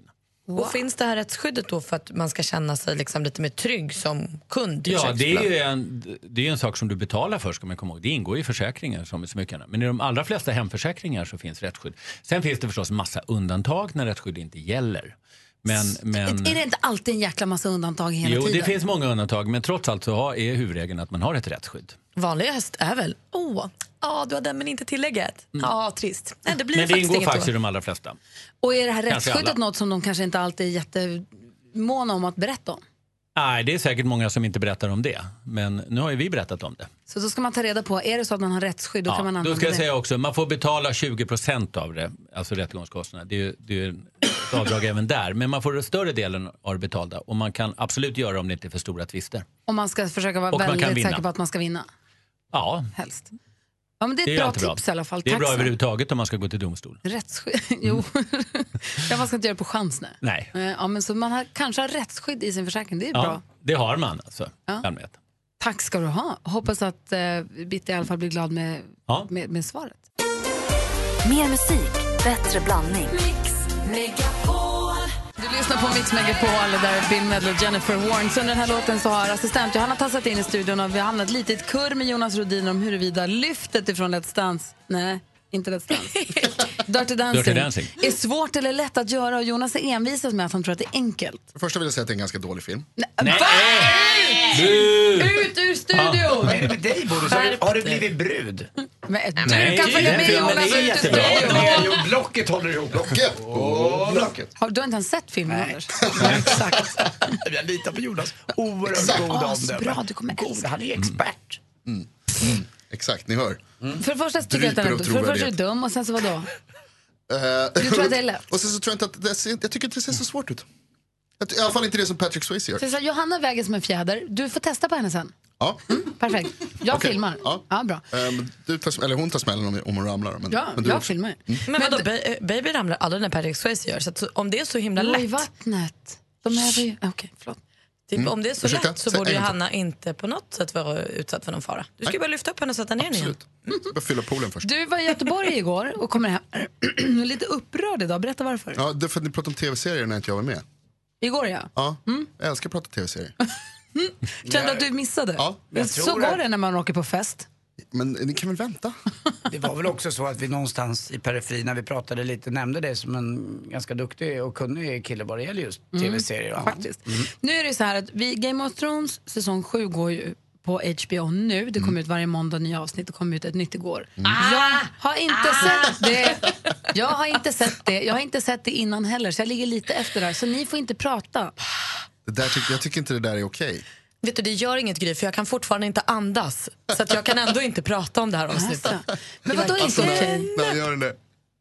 Och finns det här rättsskyddet då för att man ska känna sig liksom lite mer trygg som kund? Ja, det är ju en sak som du betalar för, ska man komma ihåg. Det ingår i försäkringar som är så mycket annat. Men i de allra flesta hemförsäkringar så finns rättsskydd. Sen finns det förstås en massa undantag när rättsskydd inte gäller. Men är det inte alltid en jäkla massa undantag hela tiden? Jo, det finns många undantag, men trots allt så är huvudregeln att man har ett rättsskydd. Vanligast är väl, du har den men inte tillägget. Trist. Nej, det blir men det ingår faktiskt i de allra flesta. Och är det här rättsskyddet något som de kanske inte alltid är jättemåna om att berätta om? Nej, det är säkert många som inte berättar om det. Men nu har ju vi berättat om det. Så då ska man ta reda på, är det så att man har rättsskydd, då kan man använda då ska jag det. säga också, man får betala 20% av det, alltså rättegångskostnaderna. Det är ett avdrag även där. Men man får den större delen av det betalda. Och man kan absolut göra om det inte är för stora tvister. Och man ska försöka vara väldigt säker på att man ska vinna. Ja. Helst. Ja, men det är ett bra tips i alla fall. Det är bra överhuvudtaget om man ska gå till domstol. Rättsskydd, jo. Man ska inte göra det på chans nu. Nej. Ja, men så man kanske har rättsskydd i sin försäkring, det är bra. Det har man alltså. Ja. Tack ska du ha. Hoppas att Bitte i alla fall blir glad med svaret. Mer musik, bättre blandning. Mix Megapol. Du lyssnar på Mix Megapol där Bill Medley och Jennifer Warnes. Under den här låten så har assistent Johanna tassat in i studion och vi har hamnat lite i ett kurr med Jonas Rodin om huruvida lyftet ifrån Let's Dance, nej, inte Let's Dance, Dirty Dancing är svårt eller lätt att göra, och Jonas är envisad med att han tror att det är enkelt. Först vill jag säga att det är en ganska dålig film. Nej. Ut ur studion! Vad är det med dig, Boris? Har du blivit brud? Men du kan följa med Jonas ut ur studion. Blocket håller ihop. Blocket. Du har inte ens sett filmen, Anders? Exakt. Jag litar på Jonas. Oerhört god omdöme. Bra, du kommer älska. Han är expert. Exakt, ni hör. För det första tycker jag att den är dum, och sen så vadå? Du tror att det är lätt? Och sen så tror jag inte att jag tycker inte det ser så svårt ut. I alla fall inte det som Patrick Swayze gör. Så Johanna väger som en fjäder. Du får testa på henne sen. Ja. Perfekt. Jag filmar. Ja, bra. Hon tar smällen om hon ramlar. Men, ja, men jag filmar. Men vadå, Baby ramlar aldrig när Patrick Swayze gör. Så att, om det är så himla lätt. I vattnet. Okej, förlåt. Typ, om det är så lätt så borde Johanna inte på något sätt vara utsatt för någon fara. Du ska bara lyfta upp henne och sätta ner henne igen. Bara fylla poolen först. Du var i Göteborg igår och kommer hem lite upprörd idag. Berätta varför. Ja, det är för att ni pratade om tv-serier när inte jag var med. Igår, ja. Ja, jag älskar att prata tv-serier. Kände att du missade? Ja. Så går det när man åker på fest. Men ni kan väl vänta? Det var väl också så att vi någonstans i periferin när vi pratade lite nämnde det som en ganska duktig och kunnig kille vad det gäller just tv-serier. Faktiskt. Nu är det så här att Game of Thrones säsong 7 går ju på HBO nu. Det kommer ut varje måndag nya avsnitt. Det kommer ut ett nytt igår. Jag har inte sett det. Jag har inte sett det innan heller. Så jag ligger lite efter där. Så ni får inte prata. Jag tycker inte det där är okej. Vet du, det gör inget Gry, för jag kan fortfarande inte andas. Så att jag kan ändå inte prata om det här avsnittet. Men vadå inte okej? Nej, gör det.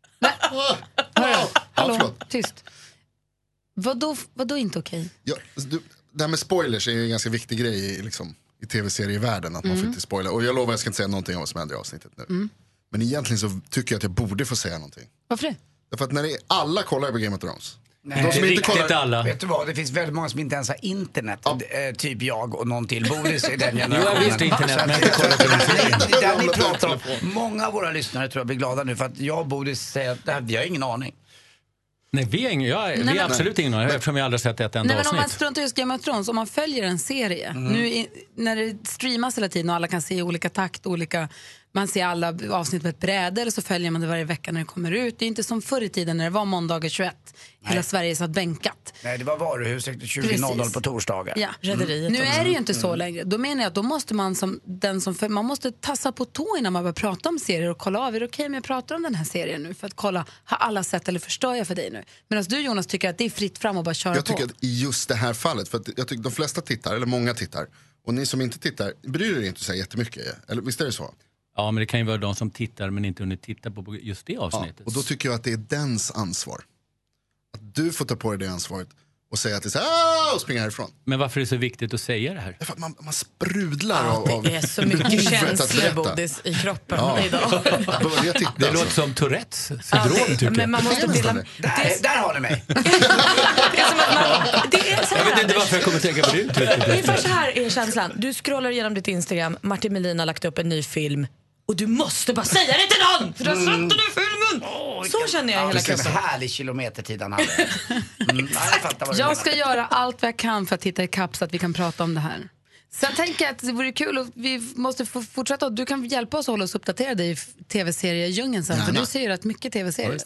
Hallå, tyst. Vadå inte okej? Ja, det här med spoilers är ju en ganska viktig grej i tv-serievärlden. Att man får inte spoila. Och jag lovar, jag ska inte säga någonting om vad som händer i avsnittet nu. Men egentligen så tycker jag att jag borde få säga någonting. Varför det? Därför att när alla kollar på Game of Thrones. Nej, de som inte kollar alla. Vet du vad, det finns väldigt många som inte ens har internet. Typ jag och någon till. Boris i den generationen. Jo, jag visste internet, men inte kollar på det är där ni pratar om. Många av våra lyssnare tror jag blir glada nu för att jag och Boris säger att vi har ingen aning. Nej, vi har absolut ingen aning, eftersom vi aldrig sett ett enda avsnitt. Men om man struntar just Game of Thrones, om man följer en serie, nu när det streamas hela tiden och alla kan se i olika takt, man ser alla avsnitt med ett bräde, eller så följer man det varje vecka när det kommer ut. Det är inte som förr i tiden när det var måndagar 21. Hela Sverige satt bänkat. Nej, det var varuhuset 20.00 på torsdagar. Ja. Nu är det ju inte så längre. Då menar jag att då måste man man måste tassa på tå innan man börjar prata om serier och kolla av, är det okej om jag pratar om den här serien nu? För att kolla, har alla sett eller förstör jag för dig nu? Medan du, Jonas, tycker att det är fritt fram och bara köra på. Jag tycker att i just det här fallet, för att jag tycker de flesta tittar, eller många tittar, och ni som inte tittar, bryr er inte så jättemycket. Eller visst är det så? Ja, men det kan ju vara de som tittar men inte hunnit titta på just det avsnittet. Ja, och då tycker jag att det är dens ansvar. Att du får ta på dig det ansvaret och säga att det är så här, och springa härifrån. Men varför är det så viktigt att säga det här? För att man sprudlar av det är så mycket känslor, Bodis, i kroppen idag. Börja titta. Det låter som Tourettes syndrom, tycker men man måste där har ni mig. Jag vet inte varför jag kommer tänka på det uttrycket. Ungefär så här är känslan. Du scrollar igenom ditt Instagram. Martin Melin har lagt upp en ny film. och du måste bara säga det till någon för du har sett den i filmen. Så känner jag hela kroppen. En härlig kilometertid han hade. Jag ska göra allt vad jag kan för att hitta ikapp så att vi kan prata om det här. Sen tänker jag att det vore kul och vi måste fortsätta. Du kan hjälpa oss att hålla oss uppdaterade i tv-seriedjungeln sen. För du ser ju rätt mycket tv-serier.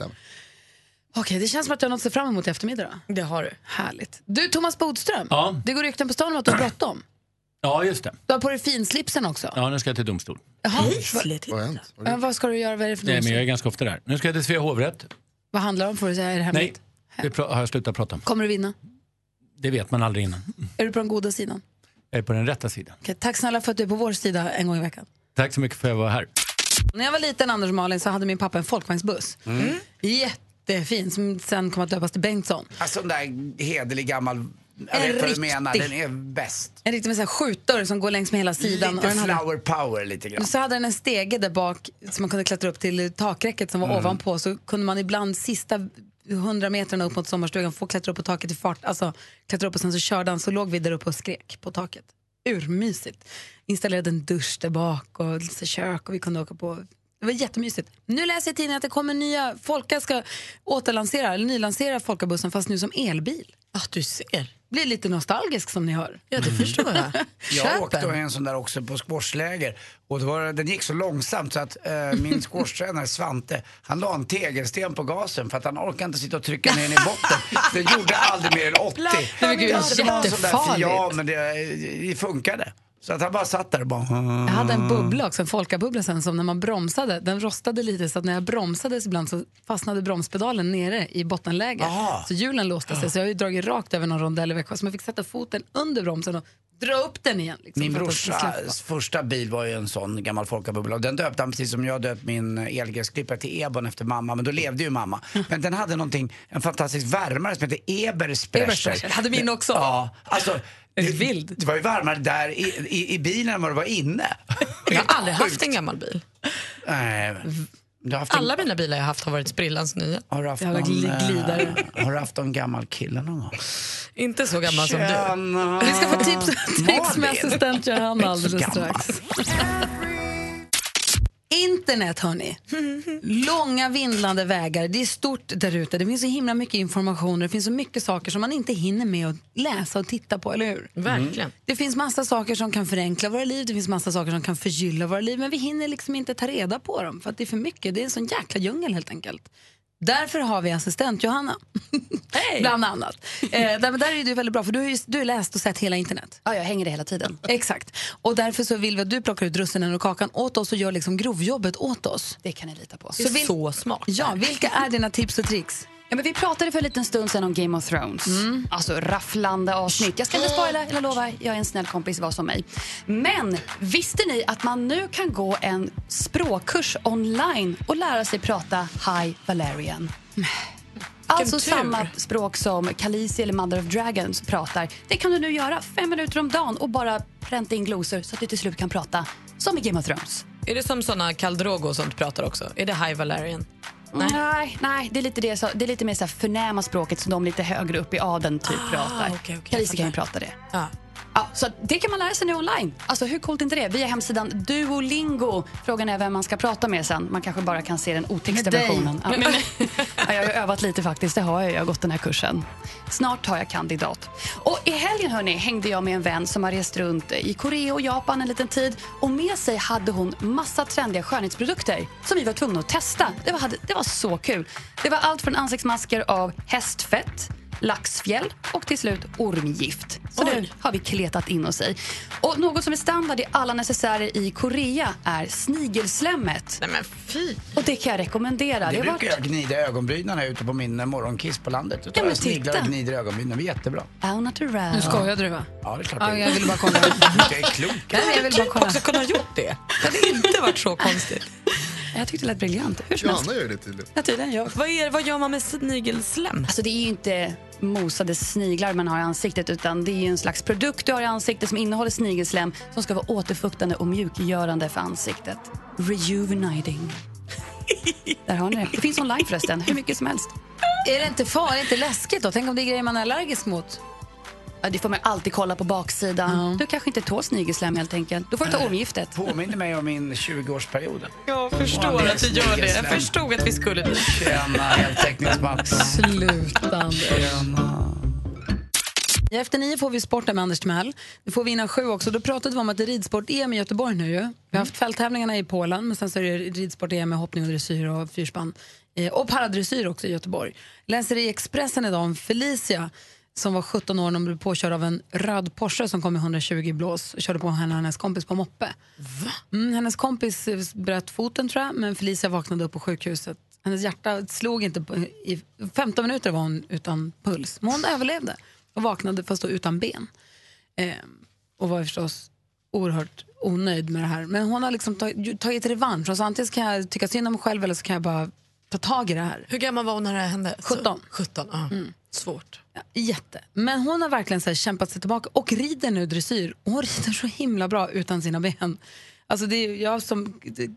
Okej, det känns som att jag har något att se fram emot i eftermiddag då. Det har du. Härligt. Du, Thomas Bodström. Ja. Det går rykten på stan om att du har bråttom. Ja, just det. Du har på dig finslipsen också. Ja, nu ska jag till domstol. Jaha. Vad ska du göra? Vad är det för men jag är ganska ofta där. Nu ska jag till Svea hovrätt. Vad handlar det om? Får du säga? Är det hemligt? Nej, det har jag slutat prata om. Kommer du vinna? Det vet man aldrig innan. Är du på den goda sidan? Jag är på den rätta sidan. Okej, tack snälla för att du är på vår sida en gång i veckan. Tack så mycket för att jag var här. När jag var liten, Anders och Malin, så hade min pappa en folkvagnsbuss. Jättefin, som sen kom att döpas till Bengtsson. Alltså den där hederlig gammal... Jag vet vad du menar, den är bäst. En riktig med så här skjutdörr som går längs med hela sidan. Lite och den flower power lite grann. Så hade den en stege där bak som man kunde klättra upp till takräcket som var ovanpå. Så kunde man ibland sista 100 metrarna upp mot sommarstugan få klättra upp på taket i fart. Alltså klättra upp och sen så körde han, så låg vi där uppe och skrek på taket. Urmysigt. Installerade en dusch där bak och lite kök och vi kunde åka på. Det var jättemysigt. Nu läser jag i tidningen att det kommer nya, Folka ska återlansera eller nylansera Folkabussen fast nu som elbil. Du ser. Blir lite nostalgisk som ni hör. Ja, det förstår jag. Jag åkte en sån där också på squashläger och den gick så långsamt så att min squashtränare Svante, han la en tegelsten på gasen för att han orkade inte sitta och trycka ner den i botten. Det gjorde aldrig mer än 80. Det var jättefarligt. Ja, men det funkade. Så att han bara satt där och bara... Jag hade en bubbla också, en Folkabubbla sen, som när man bromsade, den rostade lite så att när jag bromsade ibland så fastnade bromspedalen nere i bottenläge. Så hjulen låste sig, så jag har ju dragit rakt över någon rondell i veckan så man fick sätta foten under bromsen och dra upp den igen. Liksom, min brorsas första bil var ju en sån gammal Folkabubbla och den döpte han precis som jag döpt min elgräsklippare till Ebon efter mamma, men då levde ju mamma. Men den hade någonting, en fantastisk värmare som heter Ebersprecher. Hade min också. Ja, alltså... Vild. Det var ju varmare där i bilen än vad det var inne. Jag har aldrig haft en gammal bil. Alla mina bilar jag haft har varit sprillans nya. Har du haft har du haft en gammal kille någon gång? Inte så gammal som du. Vi ska få tips och tricks med assistent Johanna alldeles strax. Internet, hörni. Långa vindlande vägar. Det är stort där ute. Det finns så himla mycket information. Det finns så mycket saker som man inte hinner med att läsa och titta på, eller hur? Verkligen. Det finns massa saker som kan förenkla våra liv. Det finns massa saker som kan förgylla våra liv. Men vi hinner liksom inte ta reda på dem. För att det är för mycket. Det är en sån jäkla djungel helt enkelt. Därför har vi assistent Johanna. Hey. Bland annat. Där är du väldigt bra, för du har läst och sett hela internet. Ja, jag hänger det hela tiden. Exakt. Och därför så vill vi att du plockar ut russinen och kakan åt oss och gör liksom grovjobbet åt oss. Det kan ni lita på. Det är så smart. Ja, vilka är dina tips och tricks? Ja, men vi pratade för en liten stund sedan om Game of Thrones. Alltså rafflande avsnitt. Jag ska inte spoila, jag lovar. Jag är en snäll kompis, var som mig. Men visste ni att man nu kan gå en språkkurs online och lära sig prata High Valerian? Alltså samma språk som Khaleesi eller Mother of Dragons pratar. Det kan du nu göra 5 minuter om dagen och bara pränta in glosor så att du till slut kan prata som i Game of Thrones. Är det som såna Khal Drogo och sånt pratar också? Är det High Valerian? Nej, det är lite det, det är lite mer så här förnäma språket som de lite högre upp i adeln typ pratar. Khaleesi kan ju prata det. Ja, så det kan man lära sig nu online. Alltså hur coolt är inte det? Via hemsidan Duolingo. Frågan är vem man ska prata med sen. Man kanske bara kan se den otextade versionen. Ja, jag har ju övat lite faktiskt, det har jag har gått den här kursen. Snart har jag kandidat. Och i helgen hörni, hängde jag med en vän som har rest runt i Korea och Japan en liten tid. Och med sig hade hon massa trendiga skönhetsprodukter som vi var tvungna att testa. Det var så kul. Det var allt från ansiktsmasker av hästfett, laxfjäll och till slut ormgift. Så nu har vi kletat in oss i. Och något som är standard i alla necessärer i Korea är snigelslämmet. Nej men fy. Och det kan jag rekommendera. Det brukar jag gnida ögonbrynen ute på min morgonkiss på landet. Ja, men sniglar och gnider ögonbrynen, det är jättebra. Au natural. Nu skojade du va? Ja, det är klart. Ja, jag vill bara kolla. Jag är klok. Jag vill bara kolla. Också kunna ha gjort det. Det hade inte varit så konstigt. Jag tyckte det lät briljant. Hur som helst. Johanna gör det tydligen. Ja, tydligen jag. Vad gör man med snigelslem? Alltså det är ju inte mosade sniglar man har i ansiktet, utan det är ju en slags produkt du har i ansiktet som innehåller snigelslem som ska vara återfuktande och mjukgörande för ansiktet. Rejuvenating. Där har ni det. Det finns online förresten, hur mycket som helst. Är det inte farligt, inte läskigt då? Tänk om det är grejer man är allergisk mot? Ja, det får man alltid kolla på baksidan. Du kanske inte tål snigelslem helt enkelt. Då får du ta ormgiftet. Påminner mig om min 20-årsperiod. Jag förstår att du gör det. Jag förstod att vi skulle bli. Tjena, heltäckningsmatta. Slutande. Efter 9 får vi sporten med Anders Timell. Vi får vi innan 7 också. Då pratade vi om att det är ridsport-EM i Göteborg nu. Vi har haft fälttävlingarna i Polen, men sen så är det ridsport-EM med hoppning och dressyr och fyrspann. Och paradressyr också i Göteborg. Läser i Expressen idag om Felicia som var 17 år och blev påkörd av en röd Porsche som kom i 120 blås och körde på henne och hennes kompis på moppe. Hennes kompis bröt foten tror jag, men Felicia vaknade upp på sjukhuset. Hennes hjärta slog inte i 15 minuter var hon utan puls. Men hon överlevde och vaknade fast då utan ben. Och var förstås oerhört onöjd med det här. Men hon har liksom tagit revansch. Så antingen kan jag tycka synd om mig själv eller så kan jag bara ta tag i det här. Hur gammal var hon när det hände? 17. 17, ja. Svårt. Ja, jätte. Men hon har verkligen så här kämpat sig tillbaka och rider nu dressyr. Och hon rider så himla bra utan sina ben. Alltså det är jag som...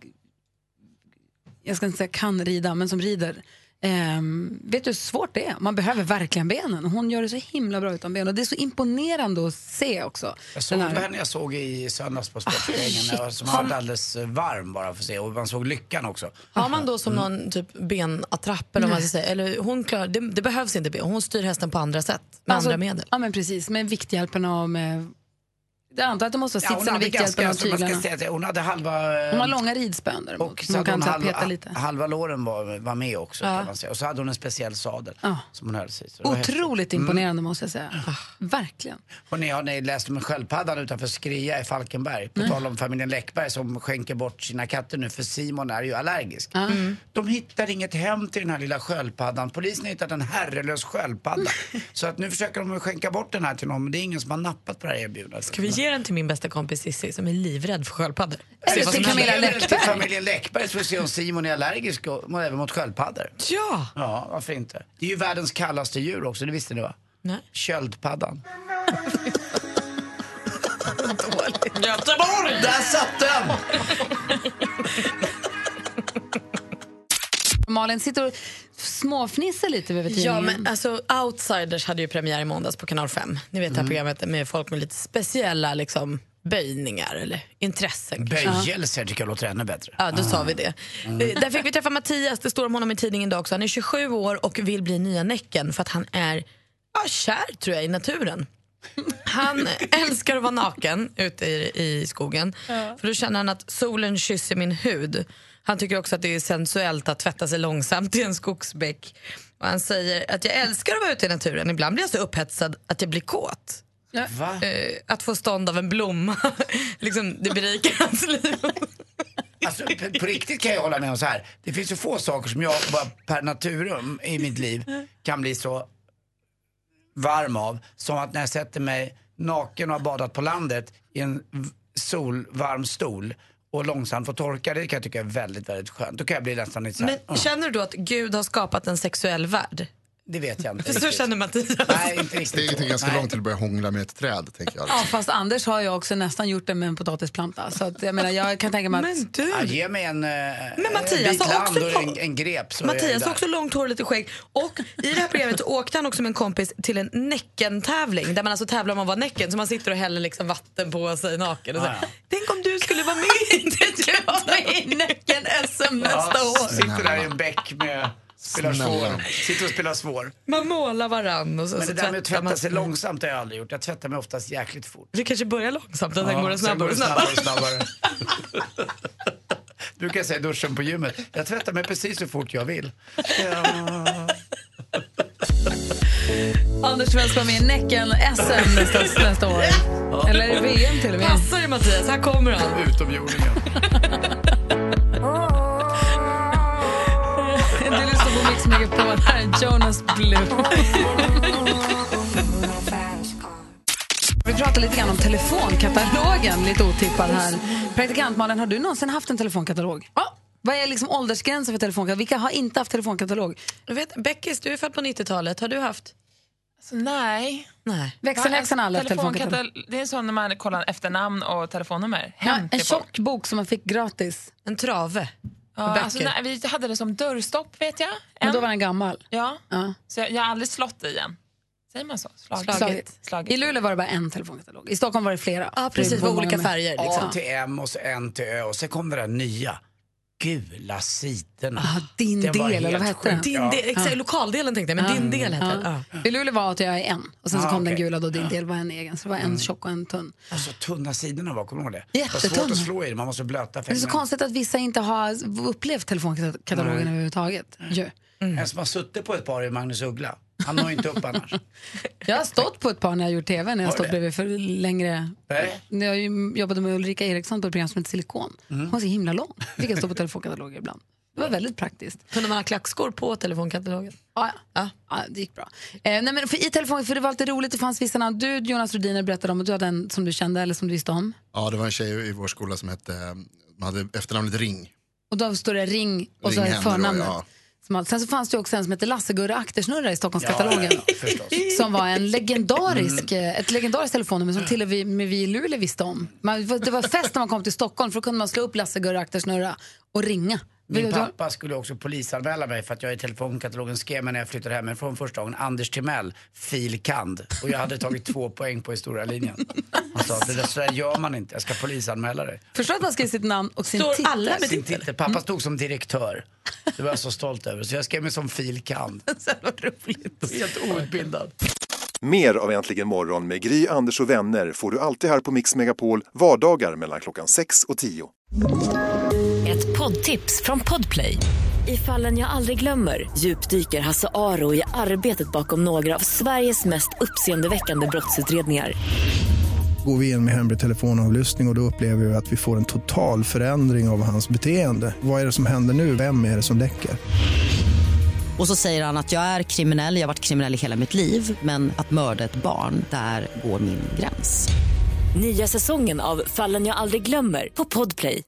jag ska inte säga kan rida, men som rider. Vet du hur svårt det är? Man behöver verkligen benen. Och hon gör det så himla bra utan ben. Och det är så imponerande att se också. Jag såg henne jag såg i söndags på Sportspegeln som var alldeles varm bara för att se. Och man såg lyckan också. Har man då som någon typ benattrapp eller vad man ska säga? Eller hon klarar, det behövs inte ben. Hon styr hästen på andra sätt. Med andra medel. Ja men precis, med vikthjälperna och med... Jag antar att det måste vara sitsen och vikthjälperna och tyglarna. Hon hade halva... Hon har långa ridspön och så hon peta lite. Halva låren var med också kan man säga. Och så hade hon en speciell sadel som hon höll sig. Otroligt imponerande måste jag säga. Verkligen. Och ni har läst om en sköldpaddan utanför Skria i Falkenberg. På tal om familjen Läckberg som skänker bort sina katter nu för Simon är ju allergisk. De hittar inget hem till den här lilla sköldpaddan. Polisen har hittat en herrelös sköldpadda. Så att nu försöker de skänka bort den här till någon. Men det är ingen som har nappat på det här erbjudandet. Ska vi ge den till min bästa kompis Sissi som är livrädd för sköldpaddor? Eller till familjen Läckberg så får vi se om Simon är allergisk och även mot sköldpaddor. Ja! Ja, varför inte? Det är ju världens kallaste djur också, det visste ni va? Nej. Köldpaddan. Göteborg! Där satt den! Malin sitter och småfnissar lite över tidningen. Ja, men alltså Outsiders hade ju premiär i måndags på Kanal 5. Ni vet det här programmet med folk med lite speciella liksom böjningar eller intressen. Böjelser tycker jag låter ännu bättre. Ja, då sa vi det. Där fick vi träffa Mattias, det står om honom i tidningen idag också. Han är 27 år och vill bli nya Näcken för att han är kär tror jag i naturen. Han älskar att vara naken ute i skogen. För då känner han att solen kysser min hud. Han tycker också att det är sensuellt att tvätta sig långsamt i en skogsbäck. Och han säger att jag älskar att vara ute i naturen. Ibland blir jag så upphetsad att jag blir kåt. Att få stånd av en blomma liksom, det berikar hans liv. Alltså, på riktigt kan jag hålla med om så här. Det finns ju få saker som jag bara per naturum i mitt liv kan bli så varm av. Som att när jag sätter mig naken och har badat på landet i en solvarm stol och långsamt får torka, det kan jag tycka är väldigt, väldigt skönt. Då kan jag bli nästan lite så här. Men känner du då att Gud har skapat en sexuell värld? Det vet jag inte. För så känner Mattias. Nej, inte riktigt. Det är ganska långt till att börja hångla med ett träd, tänker jag. Ja, fast Anders har ju också nästan gjort det med en potatisplanta. Så att, jag menar, jag kan tänka mig att... Men du... ge mig en Mattias bit land och en grep. Så Mattias har också långt hår och lite skägg. Och i det här programmet så åkte han också med en kompis till en Näcken-tävling. Där man alltså tävlar om att vara Näcken. Så man sitter och häller liksom vatten på sig naken. Och så. Tänk om du skulle vara med i Näcken-SM nästa år. Sitter där i en bäck med... Sitter och spelar svår. Man målar varann och så. Men det där med att tvätta sig långsamt har jag aldrig gjort. Jag tvättar mig oftast jäkligt fort. Vi kanske börjar långsamt och sen går det snabbare. Du brukar säga duschen på gymmet. Jag tvättar mig precis så fort jag vill. Anders Timell ska vara med i Näcken SM nästa år. Eller VM till och med. Passar ju Mattias, här kommer han. Utomjordingen. Du lyssnar på Mix Megapol. Här är Jonas Blue. Vi pratar lite grann om telefonkatalogen. Lite otippad här. Praktikant Malin, har du någonsin haft en telefonkatalog? Ja. Vad är liksom åldersgränsen för telefonkatalog? Vilka har inte haft telefonkatalog? Jag vet, Beckis, du är född på 90-talet. Har du haft? Alltså, nej. Växelhäxan har alla telefonkatalog. Det är så när man kollar efter namn och telefonnummer. En tjock bok som man fick gratis. En trave. Ja, alltså, nej, vi hade det som dörrstopp, vet jag. Men då var den gammal. Ja. Så jag har aldrig slått i en. Säger man så? Slagit. I Luleå var det bara en telefonkatalog. I Stockholm var det flera. Ja, precis. Var olika färger. Liksom. A till M och så N till Ö. Och så kom det där nya. Gula sidorna. Din del, eller vad hette den? Exakt, lokaldelen tänkte jag, men din del hette den. I Luleå var att jag är en. Och sen så kom den gula, då din del var en egen. Så det var en tjock och en tunn. Och så tunna sidorna var, kommer du ihåg det? Jättetunna. Det var svårt att slå i det, man måste blöta fingrar. Det är så konstigt att vissa inte har upplevt telefonkatalogen överhuvudtaget. En som har suttit på ett par är Magnus Uggla. Han har ju inte upp annars. Jag har stått på ett par när jag gjort tv, när jag stått bredvid för längre. När jag jobbade med Ulrika Eriksson på ett program som heter Silikon. Hon var så himla lång. Fick jag stå på telefonkataloger ibland. Det var väldigt praktiskt. Kunde man ha klackskor på telefonkatalogen? Ja, det gick bra. Nej, men för i telefon, för det var alltid roligt, det fanns vissa namn. Du, Jonas Rhodiner, berättade om att du hade en som du kände eller som du visste om. Ja, det var en tjej i vår skola som hade efternamnet Ring. Och då står det Ring och så är det förnamnet. Sen så fanns det också en som heter Lasse Gurra Aktersnurra i Stockholmskatalogen. Som var en ett legendariskt telefonnummer som till och med vi i Luleå visste om. Det var fest när man kom till Stockholm, för då kunde man slå upp Lasse Gurra Aktersnurra och ringa. Min pappa skulle också polisanmäla mig för att jag i telefonkatalogen skrev mig när jag flyttade hem från första gången Anders Timell, filkand. Och jag hade tagit 2 poäng på historia linjen. Han sa, det där gör man inte, jag ska polisanmäla dig. Förstår att man skrev sitt namn och sin titel? Alla med sin titel. Pappa stod som direktör. Det var jag så stolt över. Så jag skrev mig som filkand. Så roligt. Helt outbildad. Mer av Äntligen morgon med Gry, Anders och vänner får du alltid här på Mix Megapol vardagar mellan klockan 6 och 10. Ett poddtips från Podplay. I Fallen jag aldrig glömmer djupdyker Hasse Aro i arbetet bakom några av Sveriges mest uppseendeväckande brottsutredningar. Går vi in med hemlig telefonavlyssning och då upplever vi att vi får en total förändring av hans beteende. Vad är det som händer nu? Vem är det som läcker? Och så säger han att jag är kriminell, jag har varit kriminell i hela mitt liv. Men att mörda ett barn, där går min gräns. Nya säsongen av Fallen jag aldrig glömmer på Podplay.